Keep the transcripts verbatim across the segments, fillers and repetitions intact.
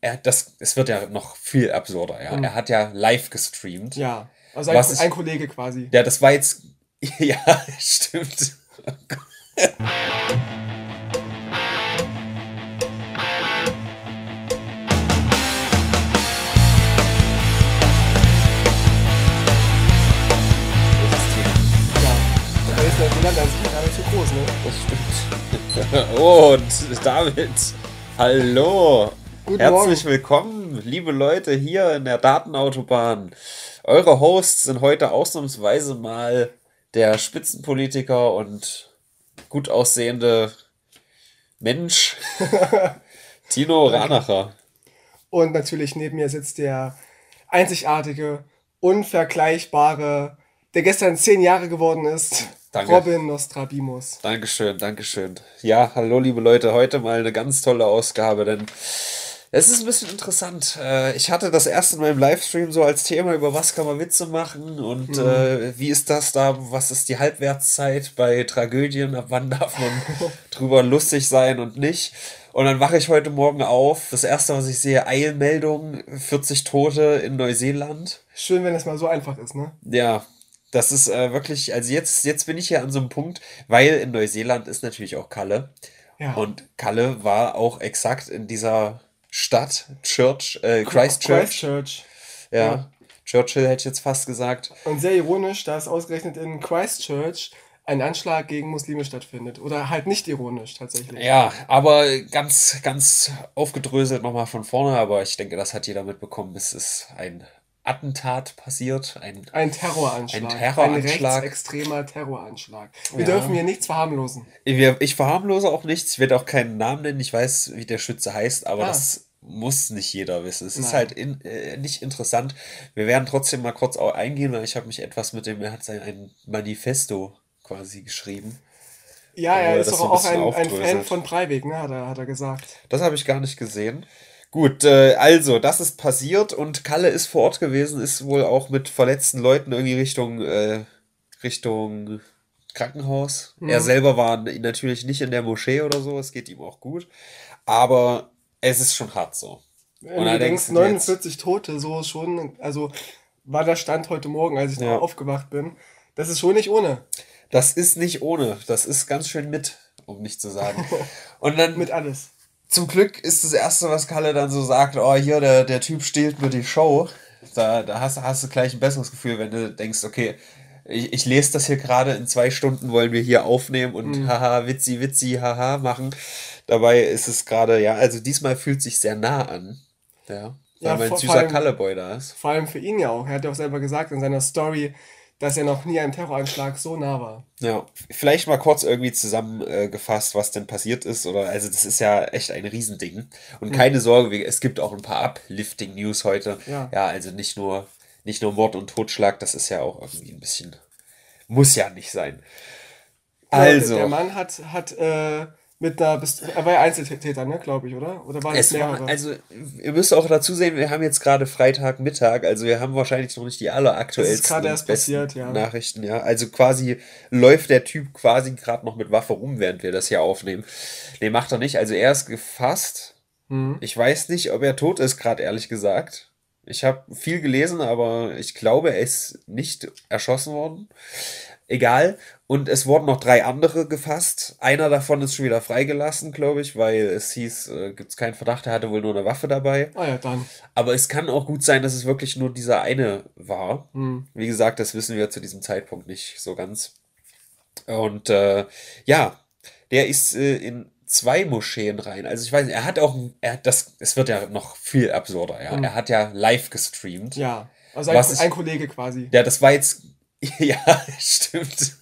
er hat das, es wird ja noch viel absurder, ja. Hm. Er hat ja live gestreamt. Ja, also ein, Was ein ich, Kollege quasi. ja, das war jetzt, ja, stimmt. Großes Thema. Ja, da ist der Land an sich gar nicht so groß, ne? Das stimmt. Und damit, hallo, Guten herzlich Morgen. willkommen, liebe Leute hier in der Datenautobahn. Eure Hosts sind heute ausnahmsweise mal der Spitzenpolitiker und gut aussehende Mensch, Tino Danke. Ranacher. Und natürlich neben mir sitzt der einzigartige, unvergleichbare, der gestern zehn Jahre geworden ist, Danke. Robin Nostradamus. Dankeschön, Dankeschön. Ja, hallo liebe Leute, heute mal eine ganz tolle Ausgabe, denn es ist ein bisschen interessant. Äh, Ich hatte das erste in meinem Livestream so als Thema, über was kann man Witze machen und Hm. äh, wie ist das da, was ist die Halbwertszeit bei Tragödien, ab wann darf man drüber lustig sein und nicht. Und dann wache ich heute Morgen auf, das erste, was ich sehe, Eilmeldung, vierzig Tote in Neuseeland. Schön, wenn es mal so einfach ist, ne? Ja, das ist äh, wirklich, also jetzt, jetzt bin ich hier an so einem Punkt, weil in Neuseeland ist natürlich auch Kalle. Ja. Und Kalle war auch exakt in dieser Stadt, Church, äh, Cra- Christchurch. Christchurch. Ja, Ja. Churchill hätte ich jetzt fast gesagt. Und sehr ironisch, dass ausgerechnet in Christchurch ein Anschlag gegen Muslime stattfindet. Oder halt nicht ironisch, tatsächlich. Ja, aber ganz, ganz aufgedröselt nochmal von vorne, aber ich denke, das hat jeder mitbekommen. Es ist ein Attentat passiert, ein, Ein ein Terroranschlag. Ein Terroranschlag. rechtsextremer Terroranschlag. Wir Ja. dürfen hier nichts verharmlosen. Wir, ich verharmlose auch nichts, ich werde auch keinen Namen nennen, ich weiß, wie der Schütze heißt, aber Ah. das muss nicht jeder wissen. Es ist Nein. halt in, äh, nicht interessant. Wir werden trotzdem mal kurz au- eingehen, weil ich habe mich etwas mit dem, er hat sein ein Manifesto quasi geschrieben. Ja, er Äh, ist das doch so ein auch bisschen ein, ein Fan aufdröselt. von Breivik, ne? Hat er, hat er gesagt. Das habe ich gar nicht gesehen. Gut, äh, also, das ist passiert und Kalle ist vor Ort gewesen, ist wohl auch mit verletzten Leuten irgendwie Richtung, äh, Richtung Krankenhaus. Er Mhm. selber war n- natürlich nicht in der Moschee oder so, es geht ihm auch gut. Aber es ist schon hart so. Wenn Und du da denkst denkst, du dir jetzt, neunundvierzig Tote, so schon, also war der Stand heute Morgen, als ich noch ja, aufgewacht bin. Das ist schon nicht ohne. das ist nicht ohne, das ist ganz schön mit, um nicht zu sagen. Und dann Mit alles. zum Glück ist das Erste, was Kalle dann so sagt, oh, hier, der, der Typ stiehlt mir die Show. Da, da hast, hast du gleich ein besseres Gefühl, wenn du denkst, okay, ich, ich lese das hier gerade, in zwei Stunden wollen wir hier aufnehmen und Mhm. haha, witzi, witzi, haha machen. Dabei ist es gerade, ja, also diesmal fühlt sich sehr nah an, ja, weil Ja, mein vor, vor süßer allem, Kalleboy da ist. vor allem für ihn ja auch. Er hat ja auch selber gesagt in seiner Story, dass er noch nie einem Terroranschlag so nah war. Ja, vielleicht mal kurz irgendwie zusammengefasst, was denn passiert ist. Oder also das ist ja echt ein Riesending. Und Hm. keine Sorge, wir- es gibt auch ein paar Uplifting-News heute. Ja. Ja, also nicht nur, nicht nur Mord und Totschlag, das ist ja auch irgendwie ein bisschen. Muss ja nicht sein. Genau, der, der Also, Mann hat, hat äh, mit einer, Best er war ja Einzeltäter, ne, glaube ich, oder? Oder waren es es war, mehrere? also, ihr müsst auch dazu sehen, wir haben jetzt gerade Freitagmittag, also wir haben wahrscheinlich noch nicht die Es ist alleraktuellsten gerade und erst besten passiert, ja. Nachrichten, ja. Also quasi läuft der Typ quasi gerade noch mit Waffe rum, während wir das hier aufnehmen. Nee, macht er nicht. Also er ist gefasst. Hm. Ich weiß nicht, ob er tot ist, gerade ehrlich gesagt. Ich habe viel gelesen, aber ich glaube, er ist nicht erschossen worden. Egal. Und es wurden noch drei andere gefasst. Einer davon ist schon wieder freigelassen, glaube ich, weil es hieß, äh, gibt es keinen Verdacht, er hatte wohl nur eine Waffe dabei. Ah ja, dann. Aber es kann auch gut sein, dass es wirklich nur dieser eine war. Hm. Wie gesagt, das wissen wir zu diesem Zeitpunkt nicht so ganz. Und äh, ja, der ist äh, in zwei Moscheen rein. Also ich weiß nicht, er hat auch, er hat das, es wird ja noch viel absurder, ja. Hm. Er hat ja live gestreamt. Ja, also ein, Was Ko- ich, ein Kollege quasi. ja, das war jetzt, ja, stimmt.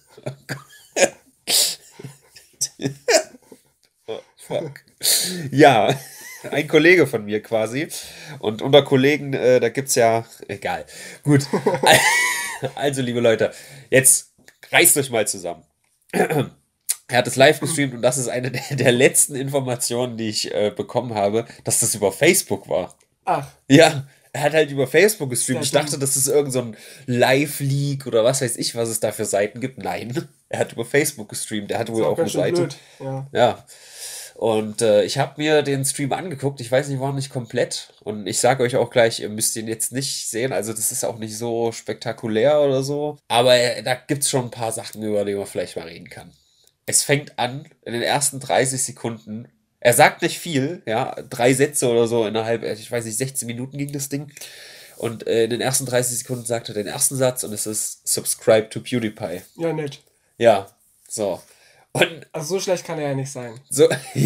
Oh, fuck. Ja, ein Kollege von mir quasi. Und unter Kollegen, äh, da gibt's ja, egal. Gut. Also, liebe Leute, jetzt reißt euch mal zusammen. Er hat es live gestreamt und das ist eine der, der letzten Informationen, die ich äh, bekommen habe, dass das über Facebook war. Ach, Ja, er hat halt über Facebook gestreamt. sehr Ich dachte, dumm. das ist irgend so ein Live-Leak oder was weiß ich, was es da für Seiten gibt. Nein, er hat über Facebook gestreamt. Er hat Ist wohl auch auch eine ganz schön Seite. blöd. Ja. Ja. Und äh, ich habe mir den Stream angeguckt. Ich weiß nicht, war nicht komplett. Und ich sage euch auch gleich, ihr müsst ihn jetzt nicht sehen. Also das ist auch nicht so spektakulär oder so. Aber äh, da gibt es schon ein paar Sachen, über die man vielleicht mal reden kann. Es fängt an in den ersten dreißig Sekunden. Er sagt nicht viel, ja, drei Sätze oder so innerhalb, ich weiß nicht, sechzehn Minuten ging das Ding. Und äh, in den ersten dreißig Sekunden sagt er den ersten Satz und es ist Subscribe to PewDiePie. Ja, nett. Ja, so. Und Also so schlecht kann er ja nicht sein. so,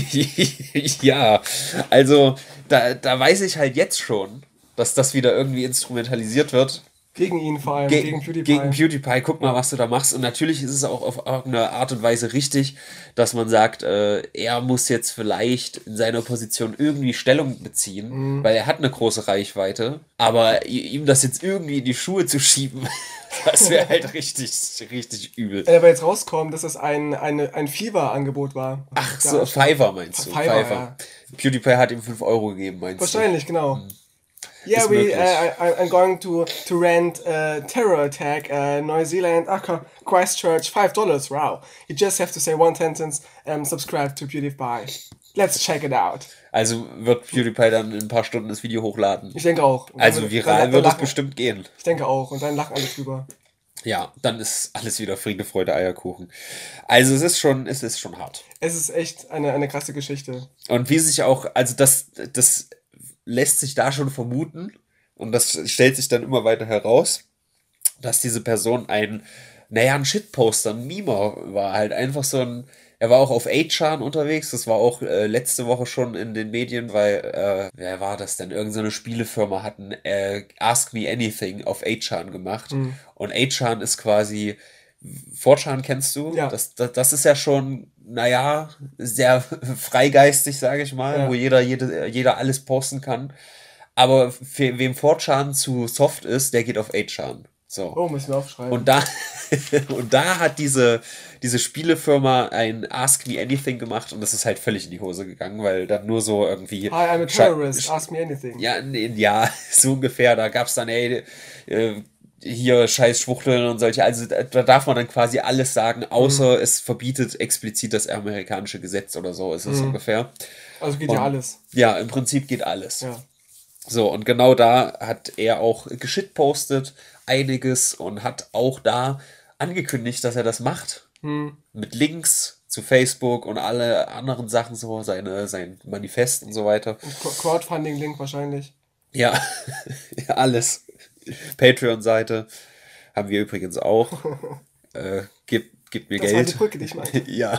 ja, also da, da weiß ich halt jetzt schon, dass das wieder irgendwie instrumentalisiert wird. Gegen ihn vor allem, Ge gegen PewDiePie. Gegen PewDiePie, guck mal, was du da machst. Und natürlich ist es auch auf irgendeine Art und Weise richtig, dass man sagt, äh, er muss jetzt vielleicht in seiner Position irgendwie Stellung beziehen, Mhm. weil er hat eine große Reichweite. Aber i- ihm das jetzt irgendwie in die Schuhe zu schieben, das wäre halt richtig, richtig übel. Wenn aber jetzt rauskommt, dass das ein, eine, ein Fever-Angebot war. Ach Ja, so, Fiverr meinst du? Fiverr, Fiverr. ja. PewDiePie hat ihm fünf Euro gegeben, meinst Wahrscheinlich, genau. Yeah, Ist we, möglich. uh, I, I'm going to, to rent a terror attack, uh, New Zealand, ah, Christchurch, five dollars, wow. You just have to say one sentence, um, subscribe to PewDiePie. Let's check it out. du? Also wird PewDiePie dann in ein paar Stunden das Video hochladen. Ich denke auch. Und Also dann- viral dann- wird dann es lachen- bestimmt gehen. Ich denke auch. Und dann lachen alle drüber. Ja, dann ist alles wieder Friede, Freude, Eierkuchen. Also es ist schon, es ist schon hart. Es ist echt eine, eine krasse Geschichte. Und wie sich auch, also das, das lässt sich da schon vermuten und das stellt sich dann immer weiter heraus, dass diese Person ein, naja, ein Shitposter, ein Memer war, halt einfach so ein, er war auch auf acht chan unterwegs, das war auch äh, letzte Woche schon in den Medien, weil, äh, wer war das denn? Irgend so eine Spielefirma hat ein äh, Ask Me Anything auf acht chan gemacht und acht chan ist quasi, four chan kennst du? Ja. Das, das, das ist ja schon, naja, sehr freigeistig, sage ich mal, Ja. wo jeder, jede, jeder alles posten kann. Aber für wem four chan zu soft ist, der geht auf acht chan. So. Oh, müssen wir aufschreiben. Und da, und da hat diese, diese Spielefirma ein Ask Me Anything gemacht und das ist halt völlig in die Hose gegangen, weil dann nur so irgendwie. Hi, I'm a Scha- terrorist, ask me anything. Ja, nee, ja, so ungefähr. Da gab's dann, ey, äh, hier scheiß Schwuchteln und solche. Also da da darf man dann quasi alles sagen, außer es verbietet explizit das amerikanische Gesetz oder so, ist es ungefähr. Also geht Und- ja alles. Ja, im Prinzip geht alles. Ja. So, und genau da hat er auch geschitpostet einiges und hat auch da angekündigt, dass er das macht. Mit Links zu Facebook und alle anderen Sachen so, seine, sein Manifest und so weiter. Qu- Crowdfunding-Link wahrscheinlich. Ja, ja, alles. Patreon-Seite haben wir übrigens auch. äh, gibt, gibt mir Das war Geld. die Brücke, die ich meinte. Ja.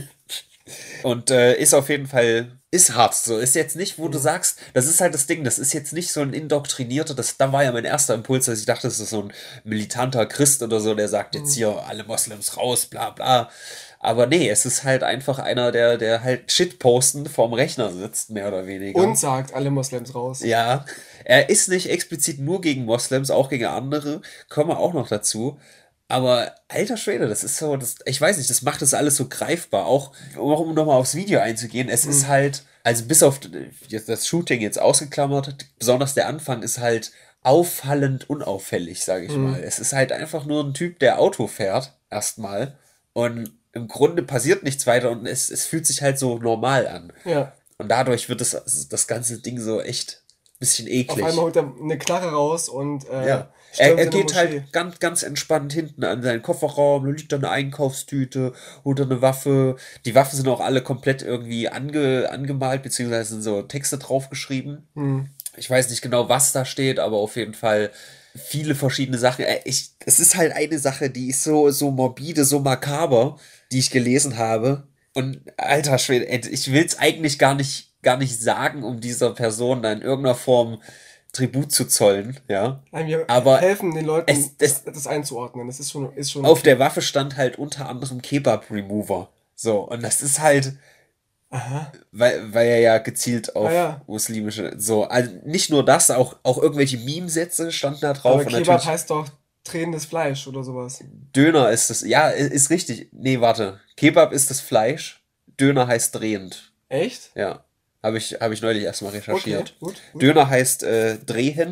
Und äh, ist auf jeden Fall, ist hart. So, ist jetzt nicht, wo du sagst, das ist halt das Ding, das ist jetzt nicht so ein indoktrinierter, das, da war ja mein erster Impuls, dass ich dachte, das ist so ein militanter Christ oder so, der sagt jetzt hier, alle Moslems raus, bla bla. Aber nee, es ist halt einfach einer, der, der halt Shitposten vorm Rechner sitzt, mehr oder weniger. Und sagt alle Moslems raus. Ja, er ist nicht explizit nur gegen Moslems, auch gegen andere, kommen wir auch noch dazu. Aber alter Schwede, das ist so, das, ich weiß nicht, das macht das alles so greifbar. Auch, um nochmal aufs Video einzugehen, es ist halt, also bis auf jetzt das Shooting jetzt ausgeklammert, besonders der Anfang ist halt auffallend unauffällig, sage ich mal. Es ist halt einfach nur ein Typ, der Auto fährt, erstmal. Und im Grunde passiert nichts weiter und es, es fühlt sich halt so normal an. Ja. Und dadurch wird das, das ganze Ding so echt ein bisschen Auf eklig. einmal holt er eine Knarre raus und äh, Ja. stürmt Er, in er eine geht Moschee. halt ganz, ganz entspannt hinten an seinen Kofferraum, da liegt da eine Einkaufstüte, holt da eine Waffe. Die Waffen sind auch alle komplett irgendwie ange, angemalt, beziehungsweise sind so Texte draufgeschrieben. Hm. Ich weiß nicht genau, was da steht, aber auf jeden Fall viele verschiedene Sachen. Äh, Ich, es ist halt eine Sache, die ist so, so morbide, so makaber, die ich gelesen habe. Und alter Schwede, ey, ich will es eigentlich gar nicht, gar nicht sagen, um dieser Person da in irgendeiner Form Tribut zu zollen, ja. Nein, wir Aber helfen den Leuten, es- das, es- das einzuordnen. Das ist schon, ist schon Auf der Waffe stand halt unter anderem Kebab Remover. So, und das ist halt, Aha. weil, weil er ja gezielt auf Ah, ja. muslimische, so, also nicht nur das, auch, auch irgendwelche Meme-Sätze standen da drauf. Aber und Kebab natürlich heißt doch tränendes Fleisch oder sowas. Döner ist das, ja, i- ist richtig. Nee, warte. Kebab ist das Fleisch, Döner heißt drehend. Echt? Ja, habe ich, hab ich neulich erstmal recherchiert. Okay, gut, gut. Döner heißt äh, drehend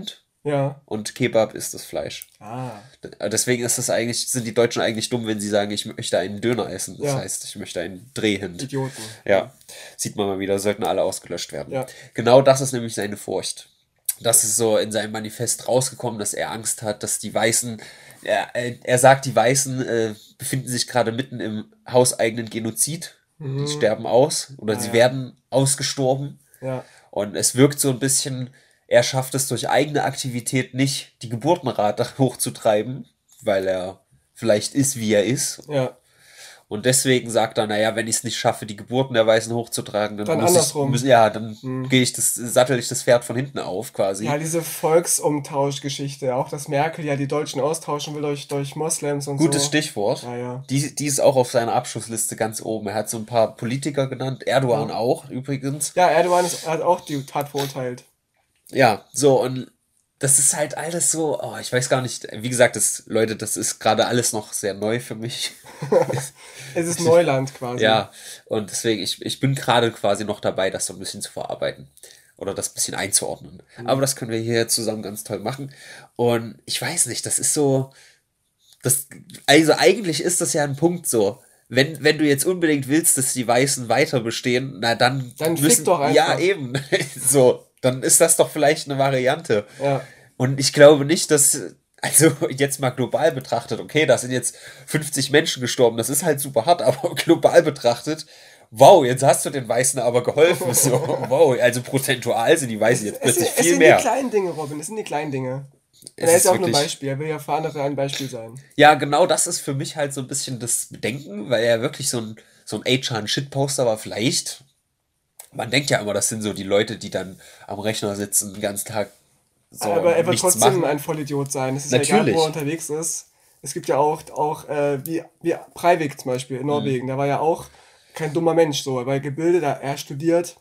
Ja. und Kebab ist das Fleisch. Ah. Deswegen ist das eigentlich, sind die Deutschen eigentlich dumm, wenn sie sagen, ich möchte einen Döner essen. Das Ja. heißt, ich möchte einen Drehhund. Idioten. Ja, sieht man mal wieder, sollten alle ausgelöscht werden. Ja. Genau das ist nämlich seine Furcht. Das ist so in seinem Manifest rausgekommen, dass er Angst hat, dass die Weißen, er, er sagt, die Weißen äh, befinden sich gerade mitten im hauseigenen Genozid. Die sterben aus oder Ah, sie ja. werden ausgestorben. Ja. Und es wirkt so ein bisschen, er schafft es durch eigene Aktivität nicht, die Geburtenrate hochzutreiben, weil er vielleicht ist, wie er ist. Ja. Und deswegen sagt er, naja, wenn ich es nicht schaffe, die Geburten der Weißen hochzutragen, dann, Dann muss andersrum. ich, muss, ja, dann gehe ich das, sattel ich das Pferd von hinten auf, quasi. Ja, diese Volksumtauschgeschichte, auch dass Merkel ja die Deutschen austauschen will durch, durch Moslems und Gutes so. Stichwort. Ja, ja. Die, die ist auch auf seiner Abschlussliste ganz oben. Er hat so ein paar Politiker genannt, Erdogan auch übrigens. Ja, Erdogan ist, hat auch die Tat verurteilt. Ja, so, und das ist halt alles so, oh, ich weiß gar nicht, wie gesagt, das, Leute, das ist gerade alles noch sehr neu für mich. Es ist Neuland quasi. Ja, und deswegen, ich, ich bin gerade quasi noch dabei, das so ein bisschen zu verarbeiten. Oder das ein bisschen einzuordnen. Aber das können wir hier zusammen ganz toll machen. Und ich weiß nicht, das ist so, das, also eigentlich ist das ja ein Punkt so. Wenn, wenn du jetzt unbedingt willst, dass die Weißen weiter bestehen, na dann, Dann fick doch einfach. Ja, eben. So, dann ist das doch vielleicht eine Variante. Ja. Und ich glaube nicht, dass, also jetzt mal global betrachtet, okay, da sind jetzt fünfzig Menschen gestorben, das ist halt super hart, aber global betrachtet, wow, jetzt hast du den Weißen aber geholfen. So, wow, also prozentual sind die Weißen jetzt Es plötzlich sind, es viel sind mehr. die kleinen Dinge, Robin, es sind die kleinen Dinge. Und Es er ist ist ja auch nur ein wirklich- Beispiel, er will ja für andere ein Beispiel sein. Ja, genau das ist für mich halt so ein bisschen das Bedenken, weil er wirklich so ein, so ein H R-Shitposter war. Vielleicht, man denkt ja immer, das sind so die Leute, die dann am Rechner sitzen, den ganzen Tag so Aber er wird nichts trotzdem machen. ein Vollidiot sein. Es ist ja Natürlich. egal, wo er unterwegs ist. Es gibt ja auch, auch äh, wie, wie Breivik zum Beispiel in Norwegen, der war ja auch kein dummer Mensch, so. Er war gebildet, er, er studiert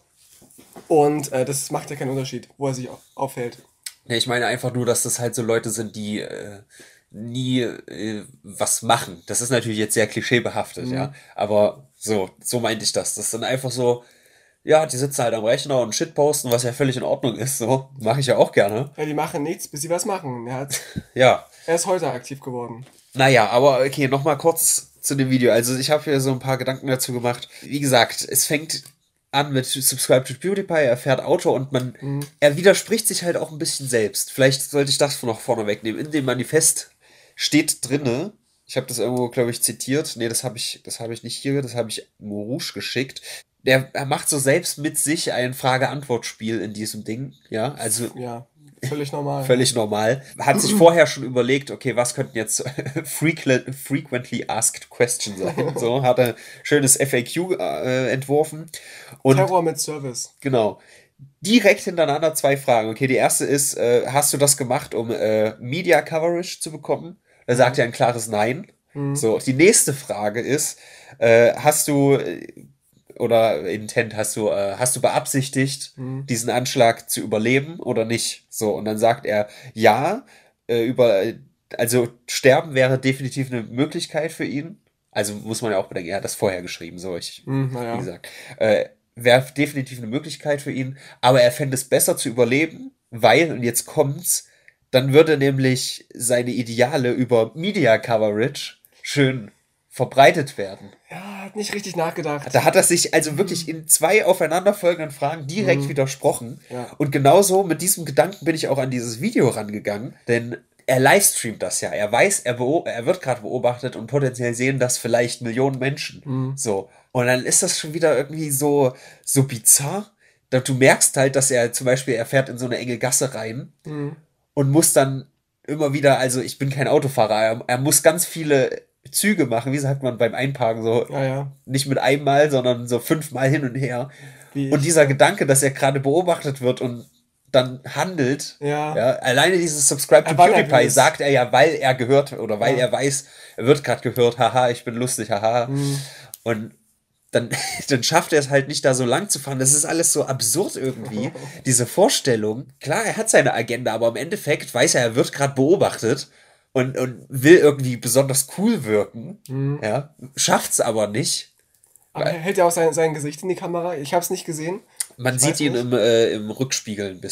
und äh, das macht ja keinen Unterschied, wo er sich au- aufhält. Nee, ich meine einfach nur, dass das halt so Leute sind, die äh, nie äh, was machen. Das ist natürlich jetzt sehr klischeebehaftet, ja. Aber so, so meinte ich das. Das sind einfach so, ja, die sitzen halt am Rechner und Shitposten, was ja völlig in Ordnung ist. So, mache ich ja auch gerne. Ja, die machen nichts, bis sie was machen. Er, hat, Ja. er ist heute aktiv geworden. Naja, aber okay, nochmal kurz zu dem Video. Also ich habe hier so ein paar Gedanken dazu gemacht. Wie gesagt, es fängt an mit Subscribe to PewDiePie, er fährt Auto und man, er widerspricht sich halt auch ein bisschen selbst. Vielleicht sollte ich das noch vorne wegnehmen. In dem Manifest steht drinne, ich habe das irgendwo, glaube ich, zitiert. Nee, das habe ich, das habe ich nicht hier, das habe ich Morouche geschickt. Der, er macht so selbst mit sich ein Frage-Antwort-Spiel in diesem Ding, ja, also Ja, völlig normal. völlig normal. Hat sich vorher schon überlegt, okay, was könnten jetzt frequent, frequently asked questions sein. So, hat er schönes F A Q äh, entworfen. Und Terror mit Service. genau, direkt hintereinander zwei Fragen. Okay, die erste ist, äh, hast du das gemacht, um äh, Media Coverage zu bekommen? Da sagt er ein klares Nein. So, die nächste Frage ist, äh, hast du äh, oder Intent, hast du, äh, hast du beabsichtigt, diesen Anschlag zu überleben oder nicht? So, und dann sagt er, ja, äh, über, also sterben wäre definitiv eine Möglichkeit für ihn. Also muss man ja auch bedenken, er hat das vorher geschrieben, so ich, Hm, naja. wie gesagt. Äh, wäre definitiv eine Möglichkeit für ihn, aber er fände es besser zu überleben, weil, und jetzt kommt's, dann würde nämlich seine Ideale über Media Coverage schön verbreitet werden. Ja, hat nicht richtig nachgedacht. Da hat er sich also wirklich in zwei aufeinanderfolgenden Fragen direkt widersprochen. Ja. Und genauso mit diesem Gedanken bin ich auch an dieses Video rangegangen, denn er livestreamt das ja. Er weiß, er, beo- er wird gerade beobachtet und potenziell sehen das vielleicht Millionen Menschen. So. Und dann ist das schon wieder irgendwie so, so bizarr. Da- Du merkst halt, dass er zum Beispiel, er fährt in so eine enge Gasse rein und muss dann immer wieder, also ich bin kein Autofahrer, er, er muss ganz viele Züge machen, wie sagt man beim Einparken, so Ja, ja. nicht mit einmal, sondern so fünfmal hin und her. Wie Und ich. dieser Gedanke, dass er gerade beobachtet wird und dann handelt, Ja. alleine dieses Subscribe to Er war PewDiePie nervös. sagt er ja, weil er gehört oder weil Ja. er weiß, er wird gerade gehört, haha, ich bin lustig, haha. Mhm. Und dann, dann schafft er es halt nicht, da so lang zu fahren. Das ist alles so absurd irgendwie, diese Vorstellung. Klar, er hat seine Agenda, aber im Endeffekt weiß er, er wird gerade beobachtet und, und will irgendwie besonders cool wirken. Mhm. Ja, schafft's aber nicht. Aber er hält ja auch sein, sein Gesicht in die Kamera. Ich habe es nicht gesehen. Man Ich sieht weiß ihn nicht. im, äh, im Rückspiegel ein bisschen.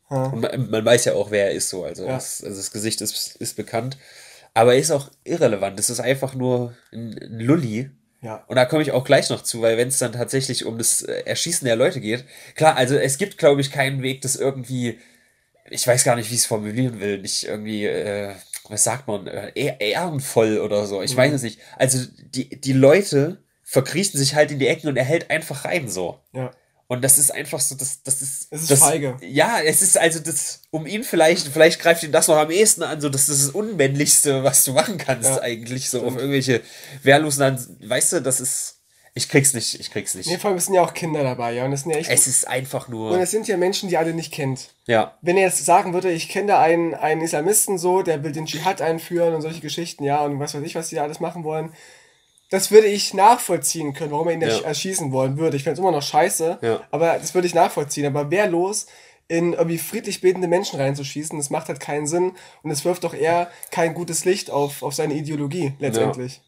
Und man, man weiß ja auch, wer er ist so. Also, Ja. das, also das Gesicht ist, ist bekannt. Aber er ist auch irrelevant. Es ist einfach nur ein, ein Lulli. Ja. Und da komme ich auch gleich noch zu, weil wenn es dann tatsächlich um das äh, Erschießen der Leute geht, klar, also es gibt, glaube ich, keinen Weg, das irgendwie, ich weiß gar nicht, wie ich es formulieren will, nicht irgendwie, äh, was sagt man, äh, ehr- ehrenvoll oder so, ich weiß es nicht. Also die, die Leute verkriechen sich halt in die Ecken und er hält einfach rein so. Ja. Und das ist einfach so, das, das ist. Es ist das, feige. Ja, es ist also das, um ihn vielleicht, vielleicht greift ihn das noch am ehesten an, so das ist das Unmännlichste, was du machen kannst, Ja, eigentlich, so auf irgendwelche Wehrlosen, dann, weißt du, das ist. Ich krieg's nicht, ich krieg's nicht. Nee, vor allem es sind ja auch Kinder dabei, ja. Und es sind ja echt. Es ist einfach Und nur. es sind ja Menschen, die ihr alle nicht kennt. Ja, Wenn er jetzt sagen würde, ich kenne da einen, einen Islamisten so, der will den Dschihad einführen und solche Geschichten, ja, und was weiß ich, was die da alles machen wollen, das würde ich nachvollziehen können, warum er ihn Ja. ersch- erschießen wollen würde. Ich fände es immer noch scheiße, Ja. aber das würde ich nachvollziehen. Aber wehrlos in irgendwie friedlich betende Menschen reinzuschießen, das macht halt keinen Sinn und es wirft doch eher kein gutes Licht auf, auf seine Ideologie letztendlich.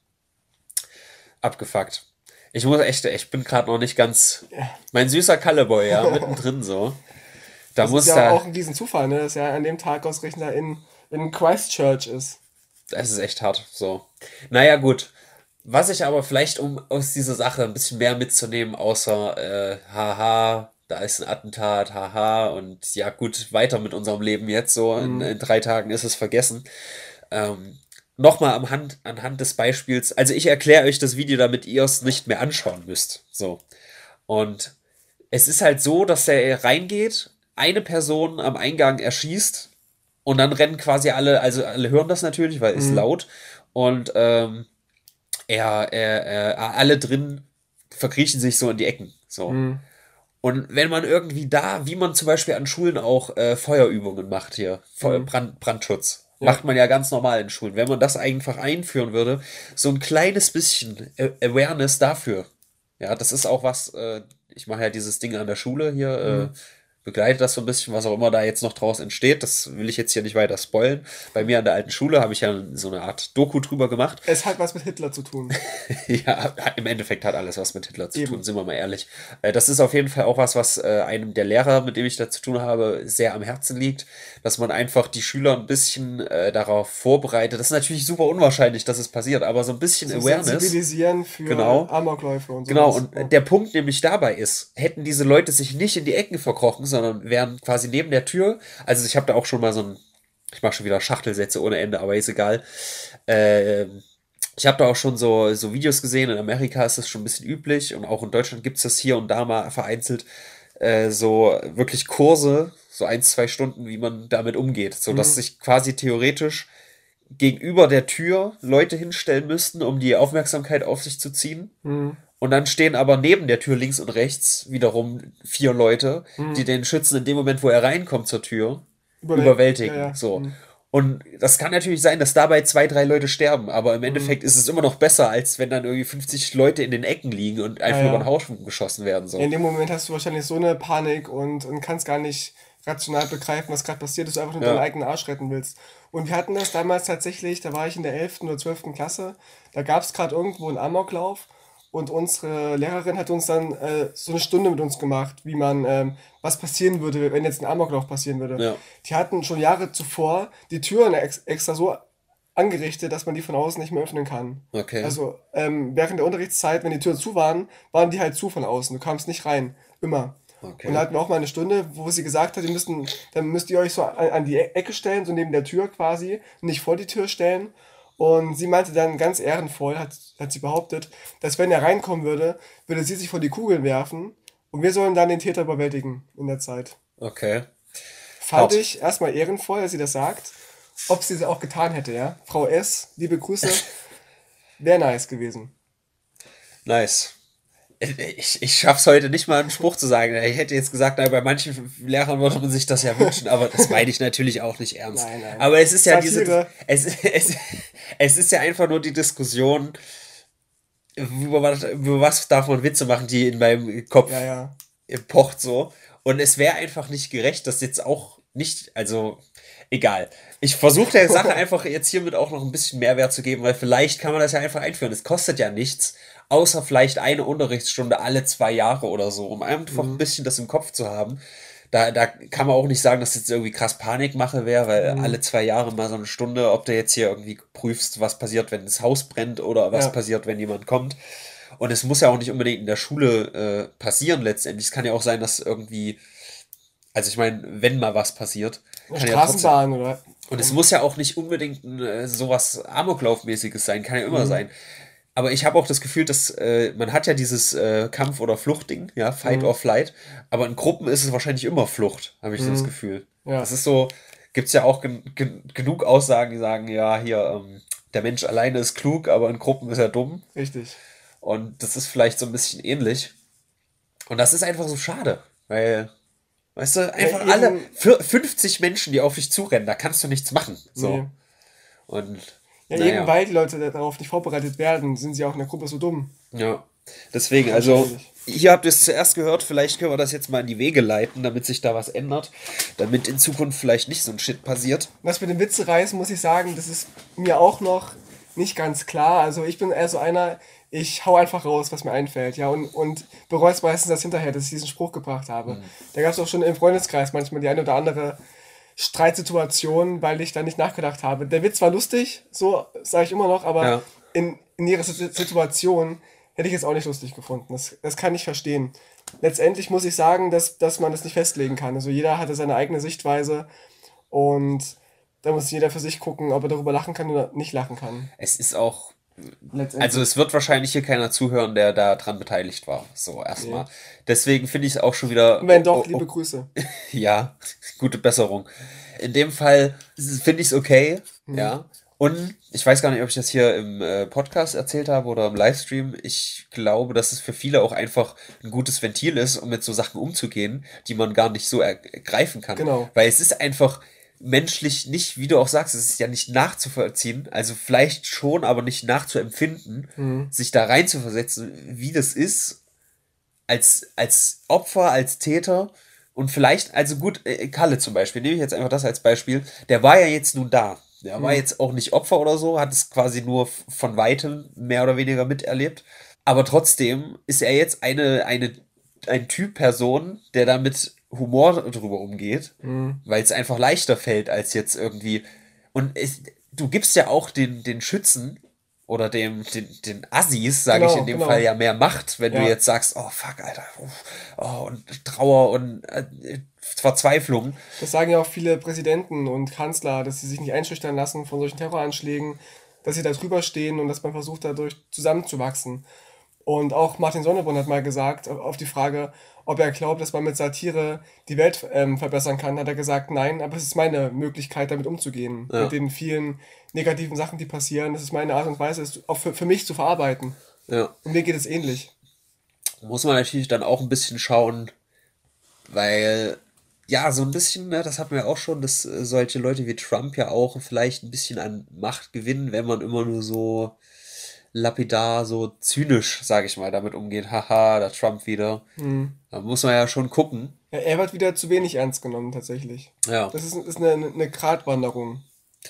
abgefuckt. Ich muss echt, ich bin gerade noch nicht ganz. Ja. Mein süßer Kalleboy, ja, mittendrin so. Da Das muss ist ja da. auch ein Riesenzufall, ne, dass er an dem Tag ausgerechnet da in, in Christchurch ist. Das ist echt hart, so. Naja, gut. Was ich aber vielleicht, um aus dieser Sache ein bisschen mehr mitzunehmen, außer, äh, haha, da ist ein Attentat, haha, und ja, gut, weiter mit unserem Leben jetzt so. In, in drei Tagen ist es vergessen. Ähm, Nochmal am Hand, anhand des Beispiels, also ich erkläre euch das Video, damit ihr es nicht mehr anschauen müsst. So. Und es ist halt so, dass er reingeht, eine Person am Eingang erschießt und dann rennen quasi alle, also alle hören das natürlich, weil es ist laut. Und ähm, er, er, er, alle drin verkriechen sich so in die Ecken. So. Und wenn man irgendwie da, wie man zum Beispiel an Schulen auch äh, Feuerübungen macht hier, Feu Brand, Brandschutz, macht man ja ganz normal in Schulen. Wenn man das einfach einführen würde, so ein kleines bisschen A- Awareness dafür. Ja, das ist auch was, äh, ich mache ja dieses Ding an der Schule hier, äh, begleite das so ein bisschen, was auch immer da jetzt noch draus entsteht. Das will ich jetzt hier nicht weiter spoilen. Bei mir an der alten Schule habe ich ja so eine Art Doku drüber gemacht. Es hat was mit Hitler zu tun. Ja, im Endeffekt hat alles was mit Hitler zu Eben. tun, sind wir mal ehrlich. Äh, Das ist auf jeden Fall auch was, was äh, einem der Lehrer, mit dem ich da zu tun habe, sehr am Herzen liegt, dass man einfach die Schüler ein bisschen äh, darauf vorbereitet. Das ist natürlich super unwahrscheinlich, dass es passiert, aber so ein bisschen Awareness. Sensibilisieren für Genau. Amokläufe und so. Genau, und der Punkt nämlich dabei ist, hätten diese Leute sich nicht in die Ecken verkrochen, sondern wären quasi neben der Tür, also ich habe da auch schon mal so ein, ich mache schon wieder Schachtelsätze ohne Ende, aber ist egal. Ähm, ich habe da auch schon so, so Videos gesehen, in Amerika ist das schon ein bisschen üblich und auch in Deutschland gibt es das hier und da mal vereinzelt, äh, so wirklich Kurse, so ein, zwei Stunden, wie man damit umgeht, so dass sich quasi theoretisch gegenüber der Tür Leute hinstellen müssten, um die Aufmerksamkeit auf sich zu ziehen. Und dann stehen aber neben der Tür links und rechts wiederum vier Leute, die den Schützen in dem Moment, wo er reinkommt zur Tür, Überwäl- überwältigen. ja, ja. So. Und das kann natürlich sein, dass dabei zwei, drei Leute sterben, aber im Endeffekt ist es immer noch besser, als wenn dann irgendwie fünfzig Leute in den Ecken liegen und einfach Ja, ja. über den Haufen geschossen werden. So. In dem Moment hast du wahrscheinlich so eine Panik und, und kannst gar nicht rational begreifen, was gerade passiert, dass du einfach nur Ja. deinen eigenen Arsch retten willst. Und wir hatten das damals tatsächlich, da war ich in der elften oder zwölften Klasse, da gab es gerade irgendwo einen Amoklauf und unsere Lehrerin hat uns dann äh, so eine Stunde mit uns gemacht, wie man, ähm, was passieren würde, wenn jetzt ein Amoklauf passieren würde. Ja. Die hatten schon Jahre zuvor die Türen ex extra so angerichtet, dass man die von außen nicht mehr öffnen kann. Okay. Also ähm, während der Unterrichtszeit, wenn die Türen zu waren, waren die halt zu von außen. Du kamst nicht rein. Immer. Okay. Und da hatten wir auch mal eine Stunde, wo sie gesagt hat, ihr müsst, dann müsst ihr euch so an, an die E- Ecke stellen, so neben der Tür quasi, und nicht vor die Tür stellen. Und sie meinte dann ganz ehrenvoll, hat, hat sie behauptet, dass wenn er reinkommen würde, würde sie sich vor die Kugeln werfen und wir sollen dann den Täter überwältigen in der Zeit. Okay. Fand Hart. ich erstmal ehrenvoll, dass sie das sagt. Ob sie es auch getan hätte, ja. Frau S., liebe Grüße, wäre nice gewesen. Nice. Ich, ich schaff's heute nicht mal einen Spruch zu sagen. Ich hätte jetzt gesagt, na, bei manchen Lehrern würde man sich das ja wünschen, aber das meine ich natürlich auch nicht ernst. Nein, nein. Aber es ist ja diese, Satire. es, es, es ist ja einfach nur die Diskussion, über was, über was darf man Witze machen, die in meinem Kopf Ja, ja. pocht so. Und es wäre einfach nicht gerecht, das jetzt auch nicht, also egal. Ich versuche der Sache einfach jetzt hiermit auch noch ein bisschen Mehrwert zu geben, weil vielleicht kann man das ja einfach einführen. Es kostet ja nichts, außer vielleicht eine Unterrichtsstunde alle zwei Jahre oder so, um einfach ein bisschen das im Kopf zu haben, Da, da kann man auch nicht sagen, dass jetzt irgendwie krass Panikmache wäre, weil mhm. alle zwei Jahre mal so eine Stunde, ob du jetzt hier irgendwie prüfst, was passiert, wenn das Haus brennt oder was ja. passiert, wenn jemand kommt. Und es muss ja auch nicht unbedingt in der Schule äh, passieren letztendlich. Es kann ja auch sein, dass irgendwie, also ich meine, wenn mal was passiert. Kann Straßenbahn ja trotzdem, oder? Und es muss ja auch nicht unbedingt äh, sowas Amoklaufmäßiges sein, kann ja immer mhm. sein. Aber ich habe auch das Gefühl, dass äh, man hat ja dieses äh, Kampf- oder Fluchtding, ja, Fight mhm. or Flight, aber in Gruppen ist es wahrscheinlich immer Flucht, habe ich mhm. so das Gefühl. Ja. Das ist so, gibt es ja auch gen gen genug Aussagen, die sagen, ja, hier, ähm, der Mensch alleine ist klug, aber in Gruppen ist er dumm. Richtig. Und das ist vielleicht so ein bisschen ähnlich. Und das ist einfach so schade, weil, weißt du, einfach ja, alle fünfzig Menschen, die auf dich zurennen, da kannst du nichts machen. So. Nee. Und Ja, naja. Eben weil die Leute darauf nicht vorbereitet werden, sind sie auch in der Gruppe so dumm. Ja, deswegen, also, hier habt ihr es zuerst gehört, vielleicht können wir das jetzt mal in die Wege leiten, damit sich da was ändert, damit in Zukunft vielleicht nicht so ein Shit passiert. Das mit dem Witze reißen, muss ich sagen, das ist mir auch noch nicht ganz klar. Also ich bin eher so einer, ich hau einfach raus, was mir einfällt, ja, und, und bereue es meistens das hinterher, dass ich diesen Spruch gebracht habe. Mhm. Da gab es auch schon im Freundeskreis manchmal die eine oder andere Streitsituation, weil ich da nicht nachgedacht habe. Der Witz war lustig, so sage ich immer noch, aber ja. in, in ihrer Situation hätte ich es auch nicht lustig gefunden. Das, das kann ich verstehen. Letztendlich muss ich sagen, dass, dass man das nicht festlegen kann. Also jeder hatte seine eigene Sichtweise und da muss jeder für sich gucken, ob er darüber lachen kann oder nicht lachen kann. Es ist auch, also es wird wahrscheinlich hier keiner zuhören, der da dran beteiligt war. So, erstmal. Okay. Deswegen finde ich es auch schon wieder... Wenn doch, oh, oh, liebe Grüße. Ja, gute Besserung. In dem Fall finde ich es okay, mhm. ja. Und ich weiß gar nicht, ob ich das hier im äh, Podcast erzählt habe oder im Livestream. Ich glaube, dass es für viele auch einfach ein gutes Ventil ist, um mit so Sachen umzugehen, die man gar nicht so ergreifen kann. Genau. Weil es ist einfach menschlich nicht, wie du auch sagst, es ist ja nicht nachzuvollziehen, also vielleicht schon, aber nicht nachzuempfinden, mhm. sich da reinzuversetzen, wie das ist, als, als Opfer, als Täter und vielleicht, also gut, äh, Kalle zum Beispiel, nehme ich jetzt einfach das als Beispiel, der war ja jetzt nun da. Der mhm. war jetzt auch nicht Opfer oder so, hat es quasi nur von Weitem mehr oder weniger miterlebt. Aber trotzdem ist er jetzt eine, eine, ein Typ Person, der da mit Humor drüber umgeht, mhm. weil es einfach leichter fällt als jetzt irgendwie. Und es, du gibst ja auch den, den Schützen oder dem, den, den Assis, sage genau, ich in dem genau. Fall, ja mehr Macht, wenn ja. du jetzt sagst, oh fuck, Alter, oh, und Trauer und äh, Verzweiflung. Das sagen ja auch viele Präsidenten und Kanzler, dass sie sich nicht einschüchtern lassen von solchen Terroranschlägen, dass sie da drüber stehen und dass man versucht, dadurch zusammenzuwachsen. Und auch Martin Sonneborn hat mal gesagt, auf die Frage, ob er glaubt, dass man mit Satire die Welt ähm, verbessern kann, hat er gesagt, nein, aber es ist meine Möglichkeit, damit umzugehen. Ja. Mit den vielen negativen Sachen, die passieren. Das ist meine Art und Weise, es auch für, für mich zu verarbeiten. Ja. Und mir geht es ähnlich. Muss man natürlich dann auch ein bisschen schauen, weil, ja, so ein bisschen, ne, das hatten wir auch schon, dass äh, solche Leute wie Trump ja auch vielleicht ein bisschen an Macht gewinnen, wenn man immer nur so lapidar, so zynisch, sage ich mal, damit umgeht. Haha, der Trump wieder. Mhm. Da muss man ja schon gucken. Ja, er wird wieder zu wenig ernst genommen, tatsächlich. Ja. Das ist, ist eine, eine Gratwanderung.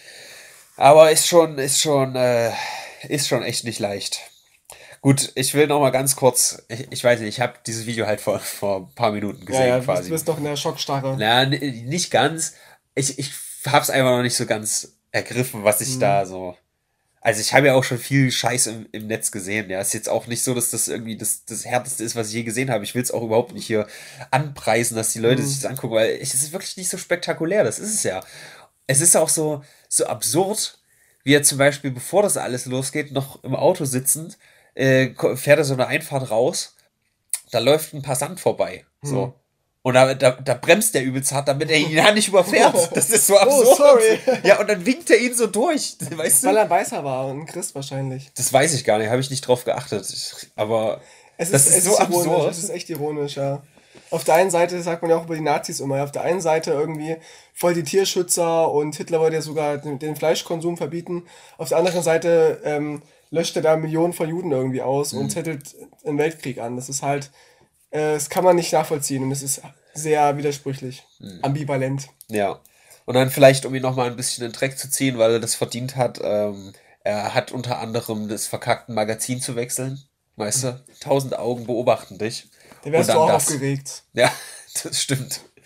Aber ist schon, ist schon, äh, ist schon echt nicht leicht. Gut, ich will noch mal ganz kurz, ich, ich weiß nicht, ich habe dieses Video halt vor, vor ein paar Minuten gesehen, ja, ja, quasi. Du bist doch in der Schockstarre. Na, nicht ganz. Ich, ich hab's einfach noch nicht so ganz ergriffen, was ich mhm. da so... Also ich habe ja auch schon viel Scheiß im, im Netz gesehen. Ja, ist jetzt auch nicht so, dass das irgendwie das, das Härteste ist, was ich je gesehen habe. Ich will es auch überhaupt nicht hier anpreisen, dass die Leute mhm. sich das angucken, weil es ist wirklich nicht so spektakulär. Das ist es ja. Es ist auch so, so absurd, wie er zum Beispiel, bevor das alles losgeht, noch im Auto sitzend, äh, fährt er so eine Einfahrt raus. Da läuft ein Passant vorbei. So. Mhm. Und da, da, da bremst der übelst hart, damit er ihn ja nicht überfährt. Das ist so absurd. Oh, sorry. Ja, und dann winkt er ihn so durch. Weißt du? Weil er ein Weißer war und ein Christ wahrscheinlich. Das weiß ich gar nicht, habe ich nicht drauf geachtet. Aber es ist, das ist, es so ist absurd. Ironisch, es ist echt ironisch, ja. Auf der einen Seite sagt man ja auch über die Nazis immer, auf der einen Seite irgendwie voll die Tierschützer und Hitler wollte ja sogar den, den Fleischkonsum verbieten. Auf der anderen Seite ähm, löscht er da Millionen von Juden irgendwie aus mhm. und zettelt einen Weltkrieg an. Das ist halt... Das kann man nicht nachvollziehen und es ist sehr widersprüchlich, hm. ambivalent. Ja, und dann vielleicht, um ihn nochmal ein bisschen in den Dreck zu ziehen, weil er das verdient hat, ähm, er hat unter anderem das verkackte Magazin zu wechseln, weißt du, tausend Augen beobachten dich. Da wärst du auch das. aufgeregt. Ja, das stimmt.